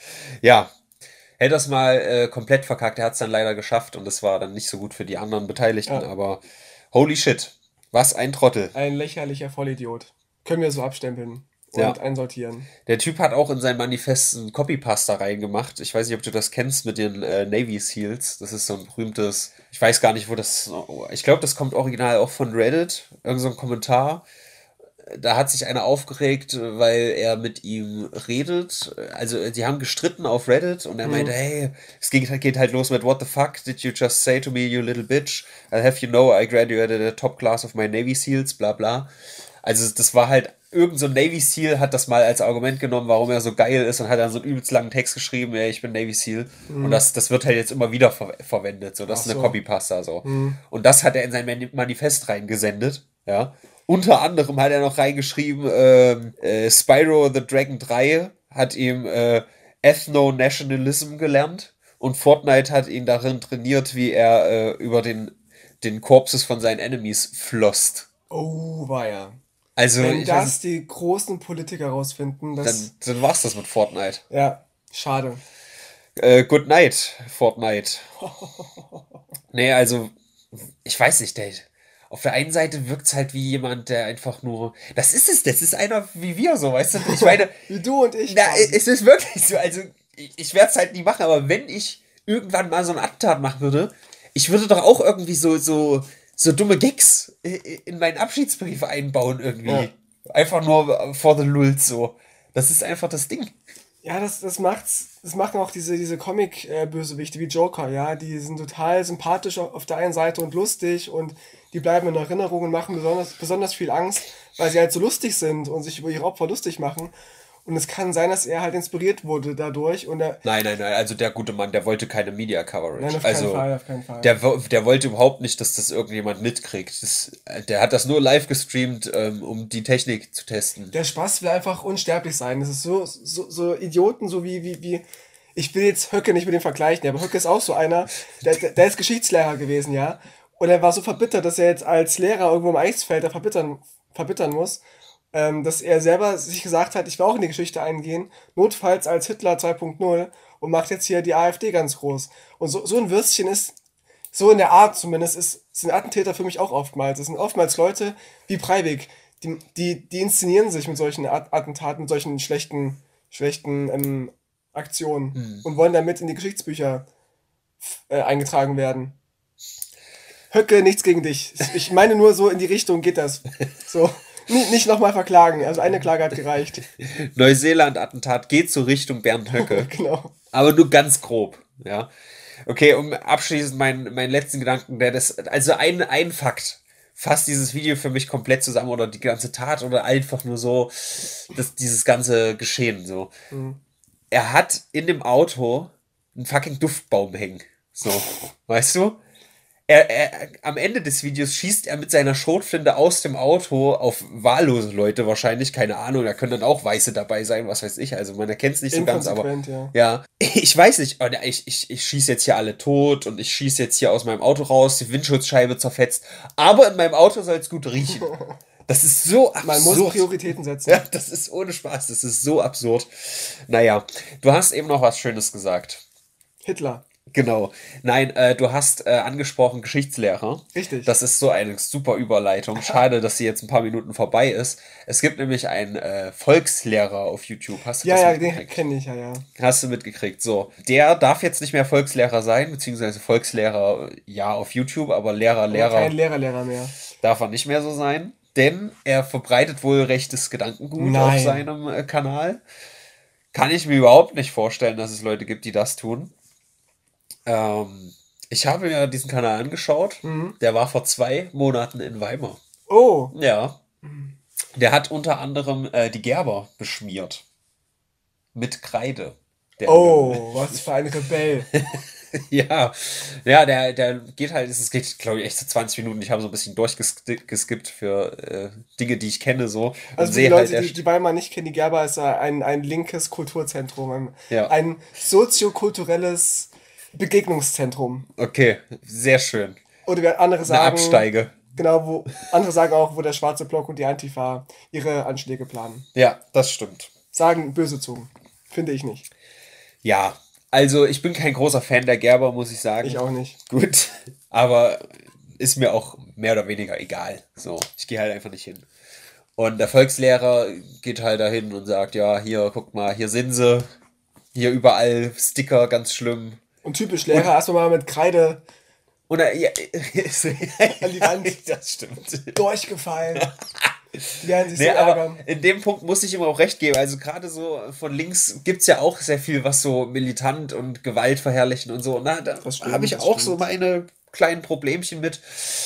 Ja, hätte das mal äh, komplett verkackt. Er hat es dann leider geschafft und es war dann nicht so gut für die anderen Beteiligten, Ja, aber holy shit, was ein Trottel. ein lächerlicher Vollidiot. Können wir so abstempeln und Ja, einsortieren. der Typ hat auch in sein Manifest einen Copypasta reingemacht. Ich weiß nicht, ob du das kennst mit den äh, Navy Seals. Das ist so ein berühmtes, ich weiß gar nicht, wo das, ich glaube, das kommt original auch von Reddit, irgend so ein Kommentar. Da hat sich einer aufgeregt, weil er mit ihm redet. Also, die haben gestritten auf Reddit und er meinte, Mhm. hey, es geht, geht halt los mit What the fuck did you just say to me, you little bitch? I'll have you know I graduated a top class of my Navy Seals, bla bla. Also, das war halt, irgend so ein Navy Seal hat das mal als Argument genommen, warum er so geil ist und hat dann so einen übelst langen Text geschrieben, ja, ich bin Navy Seal. Und Mhm. das, das wird halt jetzt immer wieder ver verwendet. So, das Ach ist eine so. Copypasta so. Mhm. Und das hat er in sein Mani- Manifest reingesendet, ja. Unter anderem hat er noch reingeschrieben, ähm, äh, Spyro the Dragon drei hat ihm äh, Ethno-Nationalism gelernt und Fortnite hat ihn darin trainiert, wie er äh, über den, den Corpses von seinen Enemies flosst. Oh, weia. Also, Wenn ich weiß das nicht, die großen Politiker rausfinden, dann, das, dann war's das mit Fortnite. ja, schade. Äh, good night, Fortnite. Nee, also, ich weiß nicht, der, auf der einen Seite wirkt's halt wie jemand, der einfach nur, das ist es, das ist einer wie wir so, weißt du? Ich meine, Wie du und ich na, quasi. es ist wirklich so, also, ich, ich werde es halt nie machen, aber wenn ich irgendwann mal so ein Attentat machen würde, ich würde doch auch irgendwie so, so, so dumme Gags i- i- in meinen Abschiedsbrief einbauen irgendwie. Ja. Einfach nur for the lulz so. Das ist einfach das Ding. Ja, das, das macht's, das machen auch diese, diese Comic-Bösewichte wie Joker, ja. Die sind total sympathisch auf auf der einen Seite und lustig und die bleiben in Erinnerung und machen besonders, besonders viel Angst, weil sie halt so lustig sind und sich über ihre Opfer lustig machen. Und es kann sein, dass er halt inspiriert wurde dadurch und er, Nein, nein, nein, also der gute Mann, der wollte keine Media nein, Coverage. auf keinen Also, Fall, auf keinen Fall. der, wo- der wollte überhaupt nicht, dass das irgendjemand mitkriegt. Das, äh, der hat das nur live gestreamt, ähm, um die Technik zu testen. Der Spaß will einfach unsterblich sein. Das ist so, so, so Idioten, so wie, wie, wie, ich will jetzt Höcke nicht mit dem vergleichen, ja, aber Höcke ist auch so einer, der, der, der ist Geschichtslehrer gewesen, ja. Und er war so verbittert, dass er jetzt als Lehrer irgendwo im Eisfeld da verbittern, verbittern muss, ähm, dass er selber sich gesagt hat, ich will auch in die Geschichte eingehen, notfalls als Hitler zwei Punkt null und macht jetzt hier die AfD ganz groß. Und so, so ein Würstchen ist, so in der Art zumindest, ist, sind Attentäter für mich auch oftmals. Es sind oftmals Leute wie Breivik, die, die, die inszenieren sich mit solchen At- Attentaten, mit solchen schlechten, schlechten ähm, Aktionen Hm. und wollen damit in die Geschichtsbücher äh, eingetragen werden. Höcke, nichts gegen dich. Ich meine nur so in die Richtung geht das. So, nicht, nicht nochmal verklagen. Also eine Klage hat gereicht. Neuseeland-Attentat geht so Richtung Bernd Höcke. Genau. Aber nur ganz grob, ja. Okay, um abschließend meinen meinen letzten Gedanken, der das, also ein, ein Fakt fasst dieses Video für mich komplett zusammen oder die ganze Tat oder einfach nur so, das, dieses ganze Geschehen so. Mhm. Er hat in dem Auto einen fucking Duftbaum hängen. So, weißt du? Er, er, am Ende des Videos schießt er mit seiner Schrotflinte aus dem Auto auf wahllose Leute wahrscheinlich, keine Ahnung, da können dann auch Weiße dabei sein, was weiß ich, also man erkennt es nicht so ganz, aber Inkonsequent, ja. ja, ich weiß nicht, oh, ich, ich, ich schieße jetzt hier alle tot und ich schieße jetzt hier aus meinem Auto raus, die Windschutzscheibe zerfetzt, aber in meinem Auto soll es gut riechen. Das ist so Man muss absurd. Prioritäten setzen. Ja, das ist ohne Spaß, das ist so absurd. Naja, du hast eben noch was Schönes gesagt. Hitler. Genau. Nein, äh, du hast äh, angesprochen Geschichtslehrer. Richtig. Das ist so eine super Überleitung. Schade, dass sie jetzt ein paar Minuten vorbei ist. Es gibt nämlich einen äh, Volkslehrer auf YouTube. Hast du Ja, das ja, den mitgekriegt? kenne ich, ja, ja. Hast du mitgekriegt? So. Der darf jetzt nicht mehr Volkslehrer sein, beziehungsweise Volkslehrer, ja, auf YouTube, aber Lehrer, Aber Lehrer kein Lehrer, Lehrer mehr. darf er nicht mehr so sein. Denn er verbreitet wohl rechtes Gedankengut auf Nein. seinem äh, Kanal. Kann ich mir überhaupt nicht vorstellen, dass es Leute gibt, die das tun. Ähm, ich habe mir diesen Kanal angeschaut. Mhm. Der war vor zwei Monaten in Weimar. Oh, Ja. Der hat unter anderem äh, die Gerber beschmiert. Mit Kreide. Der oh, was für ein Rebell. ja, ja, der, der geht halt, es geht, glaube ich, echt so zwanzig Minuten. Ich habe so ein bisschen durchgeskippt für äh, Dinge, die ich kenne, so. Und Also für die sehe Leute, halt, die, die Weimar nicht kennen, die Gerber ist ein, ein linkes Kulturzentrum, ein, Ja. ein soziokulturelles Begegnungszentrum. okay, sehr schön. Oder wie andere Eine sagen, Absteige. genau, wo andere sagen auch, wo der schwarze Block und die Antifa ihre Anschläge planen. Ja, das stimmt. Sagen böse Zungen. Finde ich nicht. Ja, also ich bin kein großer Fan der Gerber, muss ich sagen. Ich auch nicht. Gut, aber ist mir auch mehr oder weniger egal. So, ich gehe halt einfach nicht hin. Und der Volkslehrer geht halt dahin und sagt, ja, hier, guck mal, hier sind sie. Hier überall Sticker, ganz schlimm. Und typisch Lehrer, erstmal mal mit Kreide Oder, ja, an die Wand das stimmt. durchgefallen. Die werden sich Nee, so aber ärgern. in dem Punkt muss ich ihm auch recht geben. Also gerade so von links gibt es ja auch sehr viel, was so militant und gewaltverherrlichen und so. Na, da Das stimmt, habe ich das auch stimmt. so meine kleinen Problemchen mit.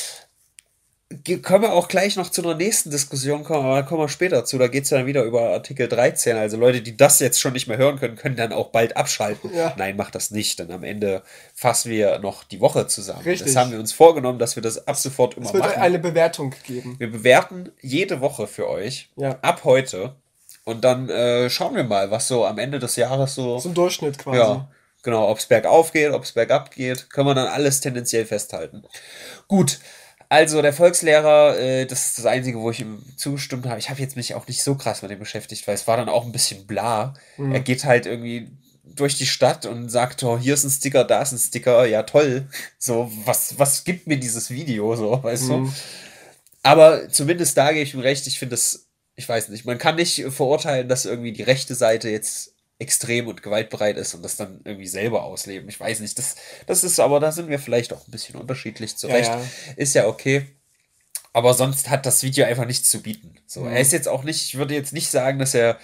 Ge- Können wir auch gleich noch zu einer nächsten Diskussion kommen, aber da kommen wir später zu. Da geht es dann wieder über Artikel dreizehn. Also Leute, die das jetzt schon nicht mehr hören können, können dann auch bald abschalten. Ja. Nein, macht das nicht, denn am Ende fassen wir noch die Woche zusammen. Richtig. Das haben wir uns vorgenommen, dass wir das ab sofort immer Es wird machen. eine Bewertung geben. Wir bewerten jede Woche für euch, Ja. ab heute. Und dann äh, schauen wir mal, was so am Ende des Jahres so, Zum Durchschnitt quasi. ja, genau, ob es bergauf geht, ob es bergab geht, können wir dann alles tendenziell festhalten. Gut, also der Volkslehrer, äh, das ist das Einzige, wo ich ihm zugestimmt habe. Ich habe jetzt mich auch nicht so krass mit dem beschäftigt, weil es war dann auch ein bisschen bla. Mhm. Er geht halt irgendwie durch die Stadt und sagt, oh, hier ist ein Sticker, da ist ein Sticker, ja toll. So, was, was gibt mir dieses Video, so, weißt du? Mhm. Aber zumindest da gebe ich ihm recht, ich finde es, ich weiß nicht, man kann nicht verurteilen, dass irgendwie die rechte Seite jetzt extrem und gewaltbereit ist und das dann irgendwie selber ausleben. Ich weiß nicht, das, das ist, aber da sind wir vielleicht auch ein bisschen unterschiedlich Ja, zurecht. ja. Ist ja okay. Aber sonst hat das Video einfach nichts zu bieten. So, Mhm. er ist jetzt auch nicht, ich würde jetzt nicht sagen, dass er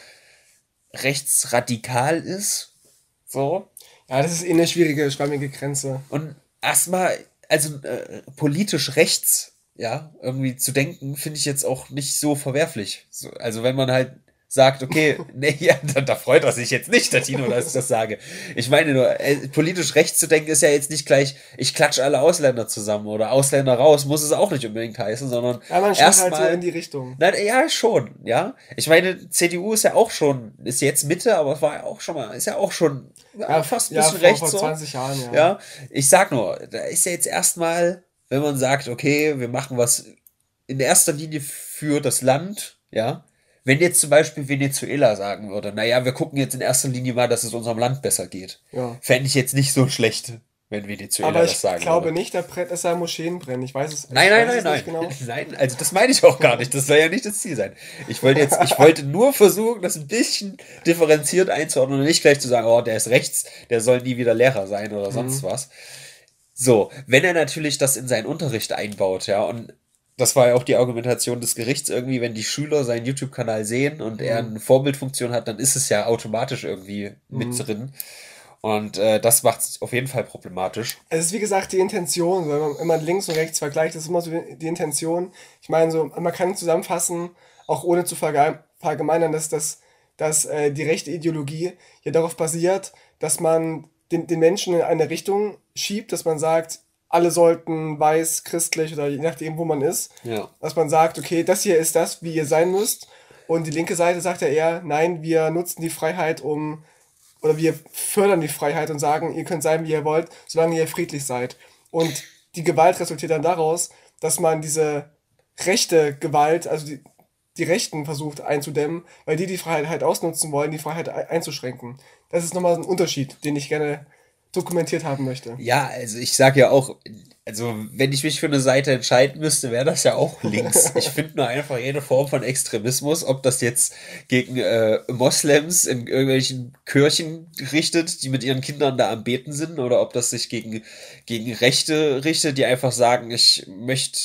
rechtsradikal ist. So. Ja, das ist eh eine schwierige, schwammige Grenze. Und erstmal, also äh, politisch rechts, ja, irgendwie zu denken, finde ich jetzt auch nicht so verwerflich. So, also wenn man halt sagt, okay, nee, ja, da, da freut er sich jetzt nicht, der Tino, dass ich das sage. Ich meine nur, äh, politisch rechts zu denken ist ja jetzt nicht gleich, ich klatsche alle Ausländer zusammen oder Ausländer raus, muss es auch nicht unbedingt heißen, sondern Ja, man schaut halt so erstmal. in die Richtung. Nein, ja, schon, ja. Ich meine, C D U ist ja auch schon, ist jetzt Mitte, aber es war ja auch schon mal, ist ja auch schon ja, Ja, fast ein ja, bisschen vor, rechts vor so. zwanzig Jahren, ja. Ja, ich sag nur, da ist ja jetzt erstmal, wenn man sagt, okay, wir machen was in erster Linie für das Land, ja. Wenn jetzt zum Beispiel Venezuela sagen würde, naja, wir gucken jetzt in erster Linie mal, dass es unserem Land besser geht. Ja. Fände ich jetzt nicht so schlecht, wenn Venezuela Aber das ich sagen glaube würde. nicht, dass da Moscheen brennen. Ich weiß es Nein, ich nein, weiß nein, es nein. nicht genau. Nein, also das meine ich auch gar nicht. Das soll ja nicht das Ziel sein. Ich wollte jetzt, ich wollte nur versuchen, das ein bisschen differenziert einzuordnen und nicht gleich zu sagen, oh, der ist rechts, der soll nie wieder Lehrer sein oder sonst Mhm. was. So, wenn er natürlich das in seinen Unterricht einbaut, ja, und das war ja auch die Argumentation des Gerichts irgendwie, wenn die Schüler seinen YouTube-Kanal sehen und er Mhm. eine Vorbildfunktion hat, dann ist es ja automatisch irgendwie mit Mhm. drin. Und äh, das macht es auf jeden Fall problematisch. Es ist wie gesagt die Intention, wenn man, wenn man links und rechts vergleicht, das ist immer so die, die Intention. Ich meine, so, man kann zusammenfassen, auch ohne zu verge- verallgemeinern, dass, dass, dass äh, die rechte Ideologie ja darauf basiert, dass man den, den Menschen in eine Richtung schiebt, dass man sagt, alle sollten weiß, christlich oder je nachdem, wo man ist, Ja. dass man sagt, okay, das hier ist das, wie ihr sein müsst. Und die linke Seite sagt ja eher, nein, wir nutzen die Freiheit, um oder wir fördern die Freiheit und sagen, ihr könnt sein, wie ihr wollt, solange ihr friedlich seid. Und die Gewalt resultiert dann daraus, dass man diese rechte Gewalt, also die, die Rechten versucht einzudämmen, weil die die Freiheit halt ausnutzen wollen, die Freiheit ein- einzuschränken. Das ist nochmal ein Unterschied, den ich gerne dokumentiert haben möchte. Ja, also ich sag ja auch, also wenn ich mich für eine Seite entscheiden müsste, wäre das ja auch links. Ich finde nur einfach jede Form von Extremismus, ob das jetzt gegen äh, Moslems in irgendwelchen Kirchen richtet, die mit ihren Kindern da am Beten sind, oder ob das sich gegen, gegen Rechte richtet, die einfach sagen, ich möchte,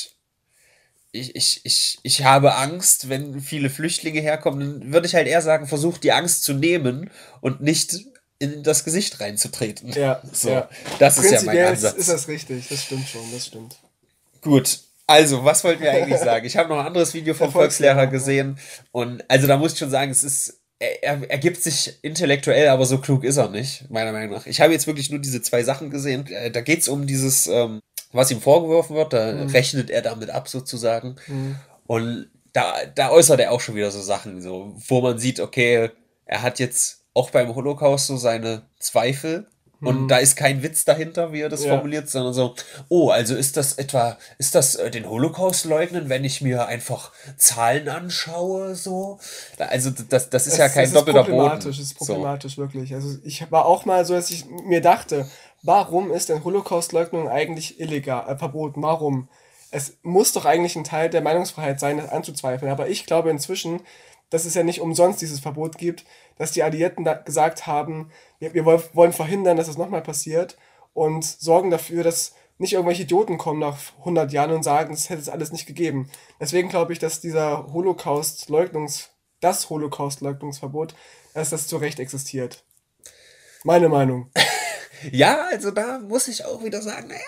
ich, ich, ich, ich habe Angst, wenn viele Flüchtlinge herkommen, dann würde ich halt eher sagen, versucht die Angst zu nehmen und nicht in das Gesicht reinzutreten. Ja, So, ja. das ist ja mein Prinzipiell ist, Ansatz. ist das richtig, das stimmt schon, das stimmt. Gut, also, was wollten wir eigentlich sagen? Ich habe noch ein anderes Video vom Der Volkslehrer, Volkslehrer ja. gesehen und also da muss ich schon sagen, es ist, er, er, er gibt sich intellektuell, aber so klug ist er nicht, meiner Meinung nach. Ich habe jetzt wirklich nur diese zwei Sachen gesehen. Äh, Da geht es um dieses, ähm, was ihm vorgeworfen wird, da Mhm. rechnet er damit ab sozusagen. Mhm. Und da, da äußert er auch schon wieder so Sachen, so, wo man sieht, okay, er hat jetzt auch beim Holocaust so seine Zweifel, Und da ist kein Witz dahinter, wie er das Ja. formuliert, sondern so, oh, also ist das etwa, ist das äh, den Holocaust leugnen, wenn ich mir einfach Zahlen anschaue, so? Da- Also das, das ist ja Es, kein es ist doppelter problematisch, Boden. es ist So. problematisch, wirklich. Also ich war auch mal so, dass ich mir dachte, warum ist denn Holocaustleugnung eigentlich illegal, äh, verboten? Warum? Es muss doch eigentlich ein Teil der Meinungsfreiheit sein, das anzuzweifeln. Aber ich glaube inzwischen, dass es ja nicht umsonst dieses Verbot gibt, dass die Alliierten da gesagt haben, wir, wir woll- wollen verhindern, dass das nochmal passiert und sorgen dafür, dass nicht irgendwelche Idioten kommen nach hundert Jahren und sagen, es hätte es alles nicht gegeben. Deswegen glaube ich, dass dieser Holocaust-Leugnungs, das Holocaust-Leugnungsverbot, dass das zu Recht existiert. Meine Meinung. Ja, also da muss ich auch wieder sagen, naja,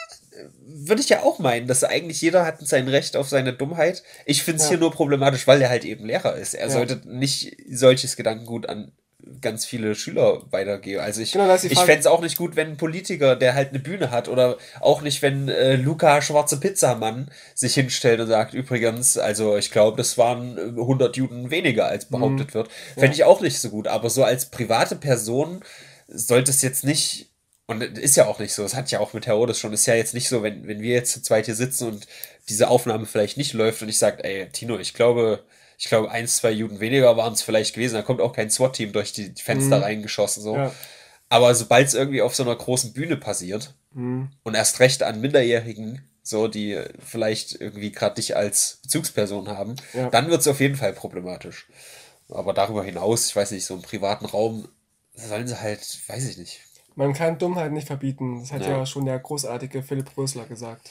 würde ich ja auch meinen, dass eigentlich jeder hat sein Recht auf seine Dummheit. Ich finde es Ja. hier nur problematisch, weil er halt eben Lehrer ist. Er Ja. sollte nicht solches Gedankengut an ganz viele Schüler weitergeben. Also ich, Genau, da ist die ich Frage- fände es auch nicht gut, wenn ein Politiker, der halt eine Bühne hat, oder auch nicht, wenn äh, Luca Schwarze Pizzamann sich hinstellt und sagt, übrigens, also ich glaube, das waren äh, hundert Juden weniger, als behauptet wird. Fände ich auch nicht so gut. Aber so als private Person sollte es jetzt nicht. Und das ist ja auch nicht so, das hat ja auch mit Herodes schon, ist ja jetzt nicht so, wenn, wenn wir jetzt zu zweit hier sitzen und diese Aufnahme vielleicht nicht läuft und ich sage, ey, Tino, ich glaube, ich glaube, eins, zwei Juden weniger waren es vielleicht gewesen, da kommt auch kein SWAT-Team durch die Fenster reingeschossen, so. Ja. Aber sobald es irgendwie auf so einer großen Bühne passiert Mhm. und erst recht an Minderjährigen, so, die vielleicht irgendwie gerade dich als Bezugsperson haben, Ja. dann wird es auf jeden Fall problematisch. Aber darüber hinaus, ich weiß nicht, so im privaten Raum sollen sie halt, weiß ich nicht. Man kann Dummheit nicht verbieten. Das hat ja, Ja. schon der großartige Philipp Rösler gesagt.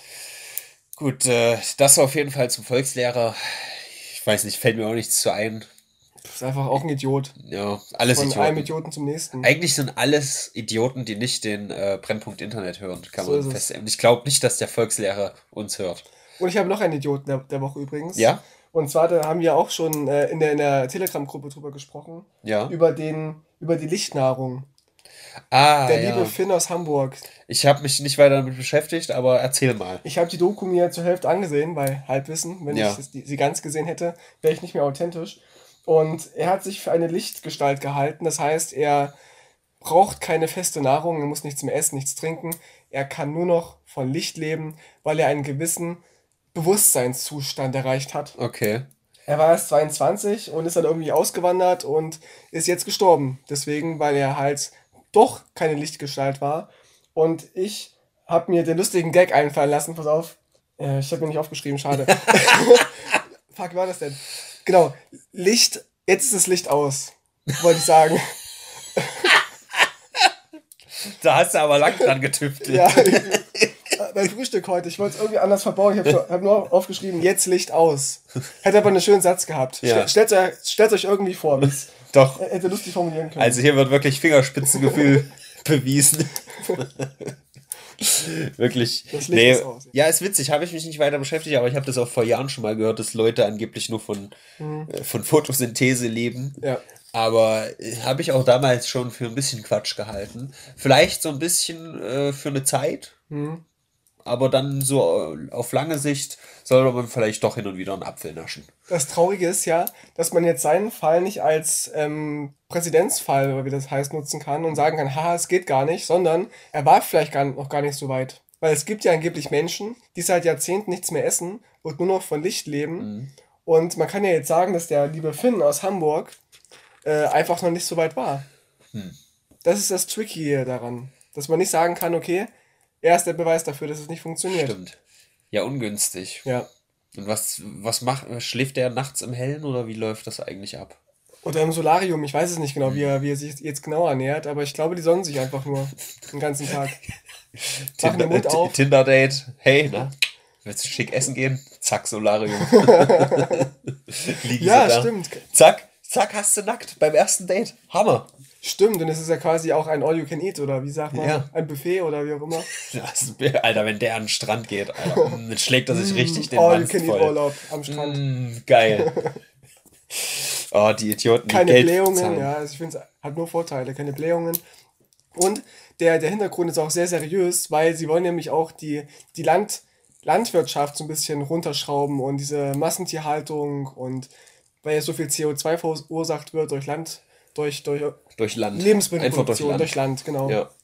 Gut, äh, das auf jeden Fall zum Volkslehrer. Ich weiß nicht, fällt mir auch nichts zu ein. Das ist einfach auch ein Idiot. Ja, alles Von einem Idioten. Idioten zum nächsten. Eigentlich sind alles Idioten, die nicht den äh, Brennpunkt Internet hören, kann So man ist es. feststellen. Ich glaube nicht, dass der Volkslehrer uns hört. Und ich habe noch einen Idioten der, der Woche übrigens. Ja? Und zwar, da haben wir auch schon äh, in der, in der Telegram-Gruppe drüber gesprochen. Ja. Über, den, über die Lichtnahrung. Ah, Der ja. liebe Finn aus Hamburg. Ich habe mich nicht weiter damit beschäftigt, aber erzähl mal. Ich habe die Doku mir zur Hälfte angesehen, bei Halbwissen. Wenn Ja. ich das, die, sie ganz gesehen hätte, wäre ich nicht mehr authentisch. Und er hat sich für eine Lichtgestalt gehalten. Das heißt, er braucht keine feste Nahrung, er muss nichts mehr essen, nichts trinken. Er kann nur noch von Licht leben, weil er einen gewissen Bewusstseinszustand erreicht hat. Okay. Er war erst zweiundzwanzig und ist dann irgendwie ausgewandert und ist jetzt gestorben. Deswegen, weil er halt doch keine Lichtgestalt war. Und ich habe mir den lustigen Gag einfallen lassen. Pass auf. Äh, ich habe mir nicht aufgeschrieben, schade. Fuck, wie war das denn? Genau. Licht. Jetzt ist das Licht aus. Wollte ich sagen. Da hast du aber lang dran getüftelt. Ja. Mein Frühstück heute. Ich wollte es irgendwie anders verbauen. Ich habe hab nur aufgeschrieben, jetzt Licht aus. Hätte aber einen schönen Satz gehabt. Ja. Stellt euch, stellt euch irgendwie vor, wie es Doch. er hätte lustig formulieren können. Also hier wird wirklich Fingerspitzengefühl bewiesen. Wirklich. Das Licht Nee, ist aus, ja, ist witzig, habe ich mich nicht weiter beschäftigt, aber ich habe das auch vor Jahren schon mal gehört, dass Leute angeblich nur von, äh, von Photosynthese leben. Ja. Aber äh, habe ich auch damals schon für ein bisschen Quatsch gehalten. Vielleicht so ein bisschen äh, für eine Zeit. Aber dann so äh, auf lange Sicht sollte man vielleicht doch hin und wieder einen Apfel naschen. Das Traurige ist ja, dass man jetzt seinen Fall nicht als ähm, Präzedenzfall, oder wie das heißt, nutzen kann und sagen kann, haha, es geht gar nicht, sondern er war vielleicht gar, noch gar nicht so weit. Weil es gibt ja angeblich Menschen, die seit Jahrzehnten nichts mehr essen und nur noch von Licht leben. Und man kann ja jetzt sagen, dass der liebe Finn aus Hamburg äh, einfach noch nicht so weit war. Das ist das Tricky daran. Dass man nicht sagen kann, okay, er ist der Beweis dafür, dass es nicht funktioniert. Stimmt. Ja, ungünstig. Ja. Und was, was macht, schläft der nachts im Hellen oder wie läuft das eigentlich ab? Oder im Solarium, ich weiß es nicht genau, wie er, wie er sich jetzt genau ernährt, aber ich glaube, die sonnen sich einfach nur den ganzen Tag. Machen den Mund Tinder- auf. Tinder-Date. Hey, na? Willst du schick essen gehen? Zack, Solarium. Liegen Ja, sie da. stimmt. Zack, zack, hast du nackt beim ersten Date. Hammer. Stimmt, und es ist ja quasi auch ein All-You-Can-Eat, oder wie sagt man? Ja. Ein Buffet oder wie auch immer. Das, Alter, wenn der an den Strand geht, Alter, mm, dann schlägt er sich richtig den Mann voll. All-You-Can-Eat-Urlaub am Strand. Mm, geil. Oh, die Idioten, die Keine Geld Blähungen, bezahlen. ja, also ich finde es hat nur Vorteile, keine Blähungen. Und der, der Hintergrund ist auch sehr seriös, weil sie wollen nämlich auch die, die Land, Landwirtschaft so ein bisschen runterschrauben und diese Massentierhaltung und weil ja so viel C O zwei verursacht wird durch Land, durch, durch Durch Land. Lebensmittelproduktion, Einfach durch Land. durch Land, genau. Ja.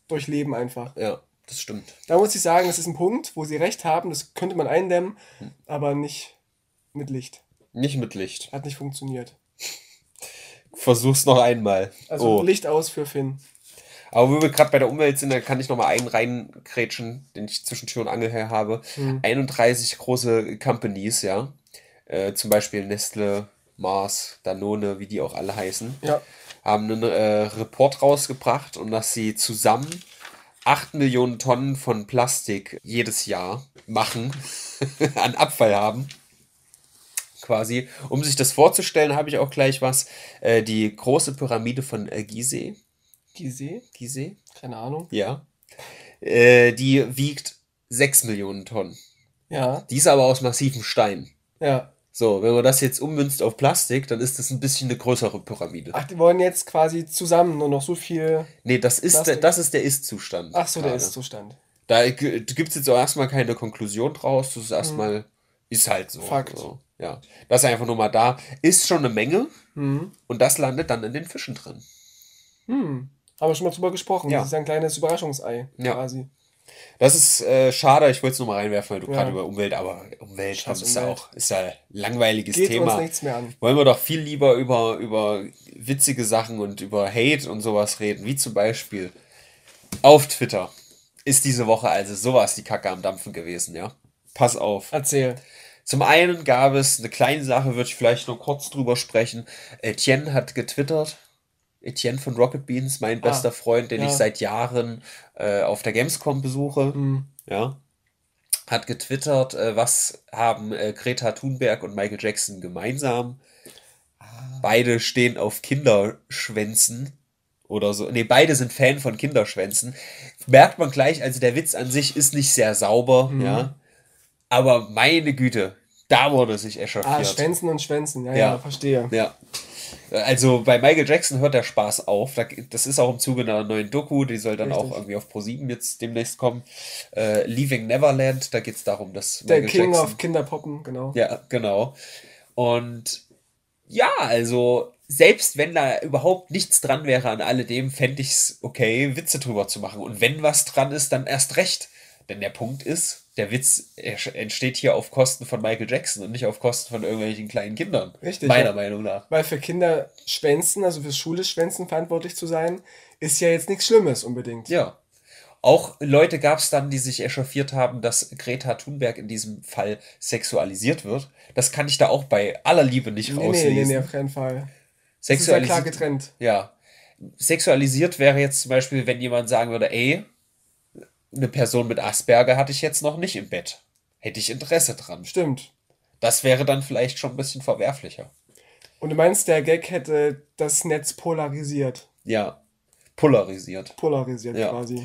durchleben einfach. Ja, das stimmt. Da muss ich sagen, das ist ein Punkt, wo sie recht haben, das könnte man eindämmen, aber nicht mit Licht. Nicht mit Licht. Hat nicht funktioniert. Versuch's noch einmal. Also oh. Licht aus für Finn. Aber wo wir gerade bei der Umwelt sind, da kann ich noch mal einen reinkrätschen, den ich zwischen Tür und Angel her habe. Hm. einunddreißig große Companies, ja. Äh, zum Beispiel Nestle, Mars, Danone, wie die auch alle heißen. Ja. Haben einen äh, Report rausgebracht und dass sie zusammen acht Millionen Tonnen von Plastik jedes Jahr machen, an Abfall haben. Quasi. Um sich das vorzustellen, habe ich auch gleich was. Äh, die große Pyramide von äh, Gizeh. Gizeh? Gizeh? Keine Ahnung. Ja. Äh, die wiegt sechs Millionen Tonnen. Ja. Die ist aber aus massivem Stein. Ja. So, wenn man das jetzt ummünzt auf Plastik, dann ist das ein bisschen eine größere Pyramide. Ach, die wollen jetzt quasi zusammen nur noch so viel... Nee, das ist, der, das ist der Ist-Zustand. Ach so, gerade. der Ist-Zustand. Da g- gibt es jetzt auch erstmal keine Konklusion draus. Das ist erstmal, hm. ist halt so. Fakt. So. Ja. Das ist einfach nur mal da. Ist schon eine Menge. Hm. Und das landet dann in den Fischen drin. Hm. Haben wir schon mal drüber gesprochen. Ja. Das ist ein kleines Überraschungsei ja. quasi. Das ist äh, schade, ich wollte es nur mal reinwerfen, weil du Ja. gerade über Umwelt, aber Umwelt Scheiß ist ja Umwelt. auch ist ja ein langweiliges Geht Thema. uns nichts mehr an. Wollen wir doch viel lieber über, über witzige Sachen und über Hate und sowas reden, wie zum Beispiel auf Twitter ist diese Woche also sowas die Kacke am Dampfen gewesen, ja. Pass auf. Erzähl. Zum einen gab es eine kleine Sache, würde ich vielleicht nur kurz drüber sprechen. Etienne hat getwittert. Etienne von Rocket Beans, mein bester Ah, Freund, den ja. ich seit Jahren äh, auf der Gamescom besuche, Mhm. ja, hat getwittert, äh, was haben äh, Greta Thunberg und Michael Jackson gemeinsam. Beide stehen auf Kinderschwänzen oder so. Ne, beide sind Fan von Kinderschwänzen. Merkt man gleich, also der Witz an sich ist nicht sehr sauber, ja. Aber meine Güte, da wurde sich echauffiert. Ah, Schwänzen und Schwänzen. Ja, Ja. ja, verstehe. Ja. Also bei Michael Jackson hört der Spaß auf. Da- Das ist auch im Zuge einer neuen Doku, die soll dann Richtig. auch irgendwie auf ProSieben jetzt demnächst kommen. Äh, Leaving Neverland, da geht es darum, dass Der Michael King Jackson... of Kinderpoppen, genau. Ja, genau. Und ja, also selbst wenn da überhaupt nichts dran wäre an alledem, fände ich es okay, Witze drüber zu machen. Und wenn was dran ist, dann erst recht. Denn der Punkt ist, der Witz er- entsteht hier auf Kosten von Michael Jackson und nicht auf Kosten von irgendwelchen kleinen Kindern. Richtig, Meiner ja. Meinung nach. Weil für Kinder Schwänzen, also fürs schulisch Schwänzen verantwortlich zu sein, ist ja jetzt nichts Schlimmes unbedingt. Ja. Auch Leute gab es dann, die sich echauffiert haben, dass Greta Thunberg in diesem Fall sexualisiert wird. Das kann ich da auch bei aller Liebe nicht Nee, nee, rauslesen. nee, nee, auf keinen Fall. Das ist ja Sexualisi- klar getrennt. Ja. Sexualisiert wäre jetzt zum Beispiel, wenn jemand sagen würde, ey, eine Person mit Asperger hatte ich jetzt noch nicht im Bett. Hätte ich Interesse dran. Stimmt. Das wäre dann vielleicht schon ein bisschen verwerflicher. Und du meinst, der Gag hätte das Netz polarisiert. Ja. Polarisiert. Polarisiert Ja. quasi.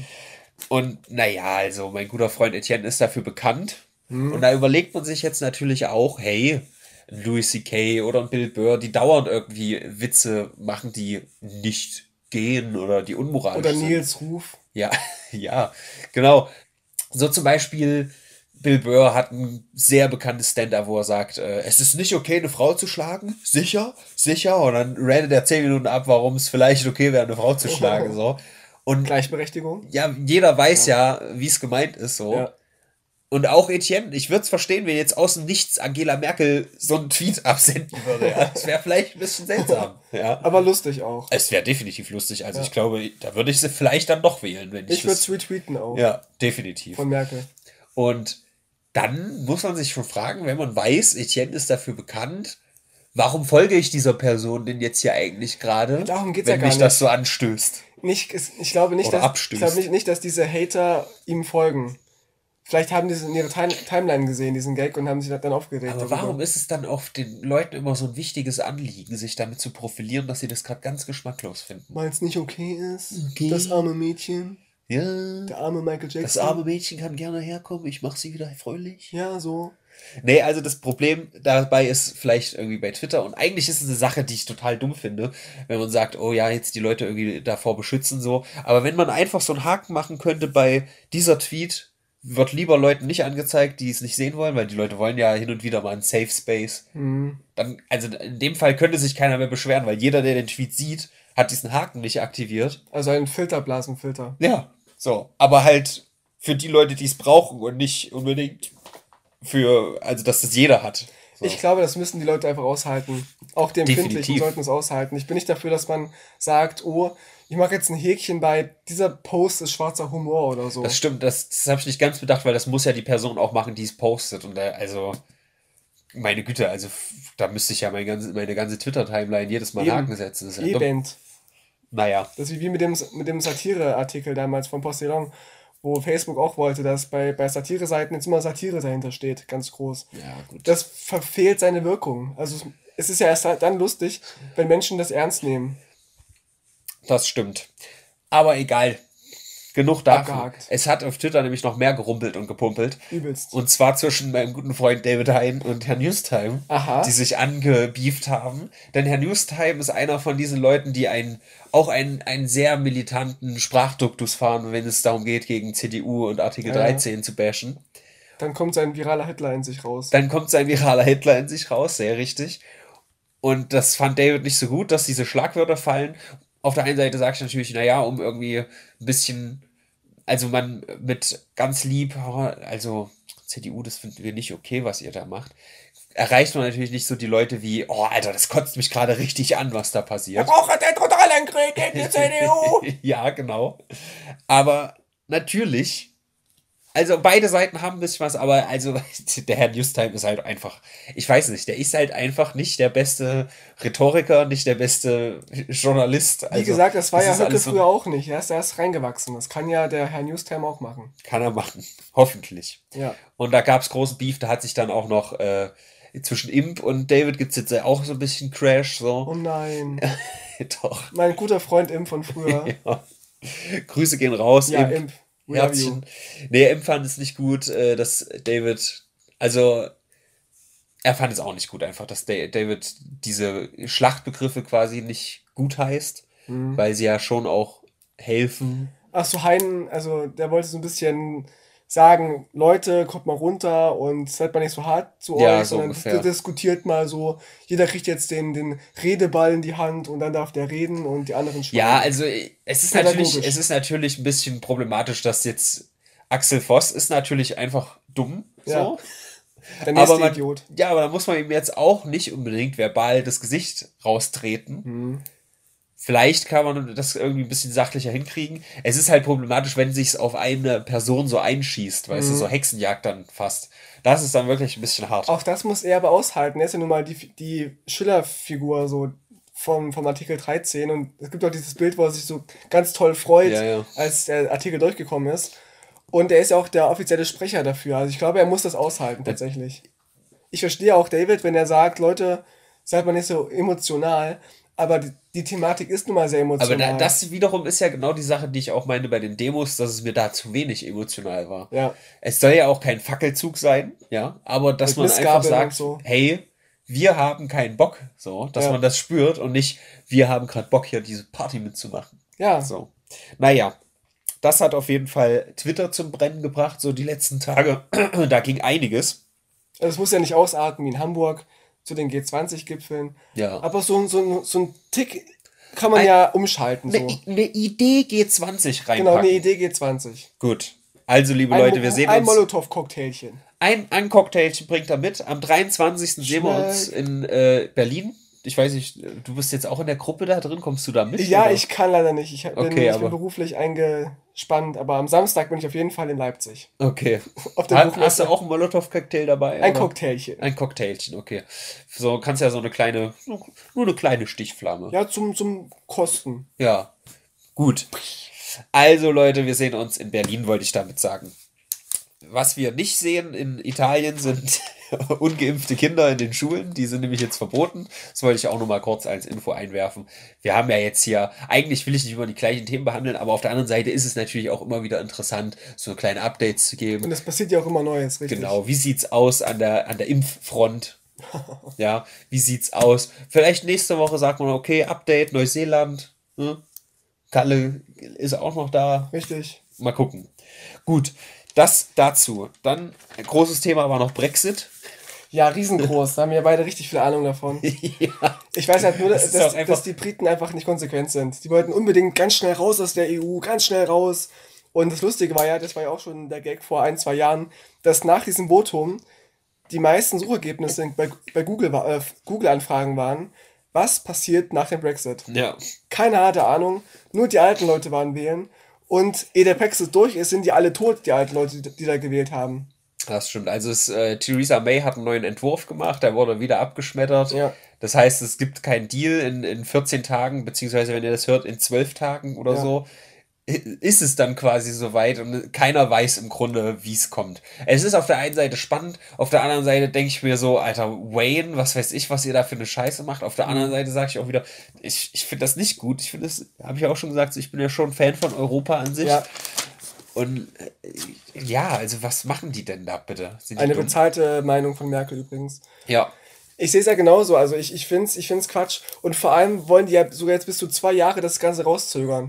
Und naja, also mein guter Freund Etienne ist dafür bekannt. Und da überlegt man sich jetzt natürlich auch, hey, ein Louis C K oder ein Bill Burr, die dauernd irgendwie Witze machen, die nicht gehen oder die unmoralisch Oder sind. Nils Ruf. Ja, ja, genau. So zum Beispiel, Bill Burr hat ein sehr bekanntes Stand-up, wo er sagt, äh, es ist nicht okay, eine Frau zu schlagen. Sicher? Sicher? Und dann rantet er zehn Minuten ab, warum es vielleicht okay wäre, eine Frau zu schlagen. So. Und Gleichberechtigung. ja, jeder weiß ja, wie es gemeint ist. So. Ja. Und auch Etienne, ich würde es verstehen, wenn jetzt aus dem Nichts Angela Merkel so einen Tweet absenden würde. Ja. Das wäre vielleicht ein bisschen seltsam. Ja. Aber lustig auch. Es wäre definitiv lustig. Also Ja. ich glaube, da würde ich sie vielleicht dann doch wählen, wenn ich, Ich würde das... es retweeten auch. Ja, definitiv. Von Merkel. Und dann muss man sich schon fragen, wenn man weiß, Etienne ist dafür bekannt, warum folge ich dieser Person denn jetzt hier eigentlich gerade, Darum geht's wenn ja gar mich das nicht. so anstößt? Nicht, es- ich glaube nicht, Oder dass, abstößt. ich glaube nicht, nicht, dass diese Hater ihm folgen. Vielleicht haben die es in ihrer Time Timeline gesehen, diesen Gag, und haben sich dann aufgeregt. Aber darüber. warum ist es dann auf den Leuten immer so ein wichtiges Anliegen, sich damit zu profilieren, dass sie das gerade ganz geschmacklos finden? Weil es nicht okay ist? Okay. Das arme Mädchen. Ja, Der arme Michael Jackson. das arme Mädchen kann gerne herkommen, ich mache sie wieder fröhlich. Ja, so. Nee, also das Problem dabei ist vielleicht irgendwie bei Twitter, und eigentlich ist es eine Sache, die ich total dumm finde, wenn man sagt, oh ja, jetzt die Leute irgendwie davor beschützen, so. Aber wenn man einfach so einen Haken machen könnte bei dieser Tweet, wird lieber Leuten nicht angezeigt, die es nicht sehen wollen, weil die Leute wollen ja hin und wieder mal einen Safe Space. Hm. Dann, also in dem Fall könnte sich keiner mehr beschweren, weil jeder, der den Tweet sieht, hat diesen Haken nicht aktiviert. Also ein Filterblasenfilter. Ja. So, aber halt für die Leute, die es brauchen und nicht unbedingt für, also dass das jeder hat. So. Ich glaube, das müssen die Leute einfach aushalten. Auch die Empfindlichen Definitiv. sollten es aushalten. Ich bin nicht dafür, dass man sagt, oh, ich mache jetzt ein Häkchen bei dieser Post ist schwarzer Humor oder so. Das stimmt, das, das habe ich nicht ganz bedacht, weil das muss ja die Person auch machen, die es postet. Und da, also, meine Güte, also f- da müsste ich ja mein ganze, meine ganze Twitter-Timeline jedes Mal Eben. Haken setzen. Das ist ja dumm. Eben. Naja, Das ist wie mit dem, mit dem Satire-Artikel damals von Postillon, wo Facebook auch wollte, dass bei, bei Satire-Seiten jetzt immer Satire dahinter steht, ganz groß. ja, gut. Das verfehlt seine Wirkung. Also es- es ist ja erst dann lustig, wenn Menschen das ernst nehmen. Das stimmt. Aber egal. Genug davon. Abgehakt. Es hat auf Twitter nämlich noch mehr gerumpelt und gepumpelt. Übelst. Und zwar zwischen meinem guten Freund David Hein und Herrn Newstime, Aha. die sich angebieft haben. Denn Herr Newstime ist einer von diesen Leuten, die einen, auch einen, einen sehr militanten Sprachduktus fahren, wenn es darum geht, gegen C D U und Artikel Ja, ja. dreizehn zu bashen. Dann kommt sein viraler Hitler in sich raus. Dann kommt sein viraler Hitler in sich raus, sehr richtig. Und das fand David nicht so gut, dass diese Schlagwörter fallen. Auf der einen Seite sage ich natürlich, naja, um irgendwie ein bisschen, also man mit ganz lieb, oh, also C D U, das finden wir nicht okay, was ihr da macht. Erreicht man natürlich nicht so die Leute wie, oh Alter, das kotzt mich gerade richtig an, was da passiert. Braucht den Totalangriff gegen die C D U! Ja, genau. Aber natürlich, also beide Seiten haben ein bisschen was, aber also der Herr Newstime ist halt einfach, ich weiß nicht, der ist halt einfach nicht der beste Rhetoriker, nicht der beste Journalist. Also, Wie gesagt, das war ja ist Höcke alles so- früher auch nicht. Er ist erst reingewachsen. Das kann ja der Herr Newstime auch machen. Kann er machen, hoffentlich. Ja. Und da gab es großen Beef, da hat sich dann auch noch äh, zwischen Imp und David gibt es jetzt auch so ein bisschen Crash, so. Oh nein. Doch. Mein guter Freund Imp von früher. Ja. Grüße gehen raus, Ja, Imp. Imp. We love you. Herzchen. Nee, Imp fand es nicht gut, äh, dass David, also er fand es auch nicht gut einfach, dass Da- David diese Schlachtbegriffe quasi nicht gut heißt, Mhm. weil sie ja schon auch helfen. Ach so, Hein, also der wollte so ein bisschen sagen, Leute, kommt mal runter und seid mal nicht so hart zu Ja, euch, so sondern ungefähr. diskutiert mal so. Jeder kriegt jetzt den, den Redeball in die Hand und dann darf der reden und die anderen schweigen. Ja, also es ist natürlich, Pädagogisch. es ist natürlich ein bisschen problematisch, dass jetzt Axel Voss ist natürlich einfach dumm, so. Ja. Der nächste Aber man, Idiot. ja, aber da muss man ihm jetzt auch nicht unbedingt verbal das Gesicht raustreten. Mhm. Vielleicht kann man das irgendwie ein bisschen sachlicher hinkriegen. Es ist halt problematisch, wenn sich's auf eine Person so einschießt, weißt Mhm. du, so Hexenjagd dann fast. Das ist dann wirklich ein bisschen hart. Auch das muss er aber aushalten. Er ist ja nun mal die, die Schiller-Figur so vom, vom Artikel dreizehn und es gibt auch dieses Bild, wo er sich so ganz toll freut, Ja, ja. als der Artikel durchgekommen ist. Und er ist ja auch der offizielle Sprecher dafür. Also ich glaube, er muss das aushalten tatsächlich. Ich verstehe auch David, wenn er sagt, Leute, seid mal nicht so emotional, aber die, die Thematik ist nun mal sehr Aber emotional. da, das wiederum ist ja genau die Sache, die ich auch meine bei den Demos, dass es mir da zu wenig emotional war. Ja. Es soll ja auch kein Fackelzug sein, ja, aber dass Mit man einfach Missgabeln sagt, und so. hey, wir haben keinen Bock, so, dass Ja. man das spürt und nicht, wir haben gerade Bock, hier diese Party mitzumachen. Ja, So. Naja, das hat auf jeden Fall Twitter zum Brennen gebracht, so die letzten Tage. Da ging einiges. also es muss ja nicht ausarten wie in Hamburg zu den G zwanzig Gipfeln. Ja. Aber so, so, so ein Tick kann man Ein- ja umschalten. So. Eine eine Idee G zwanzig Genau, reinpacken. eine Idee G zwanzig. Gut. Also, liebe Ein, Leute, wir sehen ein uns. Molotow-Cocktailchen. Ein, ein Cocktailchen bringt er mit. Am dreiundzwanzigsten sehen wir uns Schmeck. in äh, Berlin. Ich weiß nicht, du bist jetzt auch in der Gruppe da drin. Kommst du da mit? Ja, oder? ich kann leider nicht. Ich, bin, Okay, ich aber- bin beruflich eingespannt, aber am Samstag bin ich auf jeden Fall in Leipzig. Okay. Auf der Hast, hast Buchmesse. du auch einen Molotow-Cocktail dabei? Ein oder? Cocktailchen. Ein Cocktailchen, okay. So kannst ja so eine kleine, nur eine kleine Stichflamme. Ja, zum, zum Kosten. Ja, gut. Also Leute, wir sehen uns in Berlin, wollte ich damit sagen. Was wir nicht sehen in Italien sind ungeimpfte Kinder in den Schulen. Die sind nämlich jetzt verboten. Das wollte ich auch noch mal kurz als Info einwerfen. Wir haben ja jetzt hier, eigentlich will ich nicht immer die gleichen Themen behandeln, aber auf der anderen Seite ist es natürlich auch immer wieder interessant, so kleine Updates zu geben. Und es passiert ja auch immer Neues, richtig? Genau, wie sieht's aus an der, an der Impffront? Ja, wie sieht's aus? Vielleicht nächste Woche sagt man, okay, Update, Neuseeland. Ne? Kalle ist auch noch da. Richtig. Mal gucken. Gut, das dazu. Dann ein großes Thema war noch Brexit. Ja, riesengroß. Da haben wir beide richtig viel Ahnung davon. Ja. Ich weiß halt nur, Das dass, ist auch dass, einfach- die Briten einfach nicht konsequent sind. Die wollten unbedingt ganz schnell raus aus der E U, ganz schnell raus. Und das Lustige war ja, das war ja auch schon der Gag vor ein, zwei Jahren, dass nach diesem Votum die meisten Suchergebnisse bei, bei Google, äh, Google-Anfragen waren, was passiert nach dem Brexit. Ja. Keiner hatte Ahnung, nur die alten Leute waren wählen. Und ehe der Brexit durch ist, sind die alle tot, die alten Leute, die, die da gewählt haben. Das stimmt. Also es, äh, Theresa May hat einen neuen Entwurf gemacht, der wurde wieder abgeschmettert. Ja. Das heißt, es gibt keinen Deal in, in vierzehn Tagen, beziehungsweise wenn ihr das hört, in zwölf Tagen oder Ja. so. Ist es dann quasi soweit und keiner weiß im Grunde, wie es kommt. Es ist auf der einen Seite spannend, auf der anderen Seite denke ich mir so, Alter, Wayne, was weiß ich, was ihr da für eine Scheiße macht. Auf der anderen Seite sage ich auch wieder, ich, ich finde das nicht gut. Ich finde das, habe ich auch schon gesagt, ich bin ja schon Fan von Europa an sich. Ja. Und äh, ja, also was machen die denn da bitte? Sind die Eine dumm? bezahlte Meinung von Merkel übrigens. Ja. Ich sehe es ja genauso, also ich, ich finde es ich find's Quatsch. Und vor allem wollen die ja sogar jetzt bis zu zwei Jahre das Ganze rauszögern.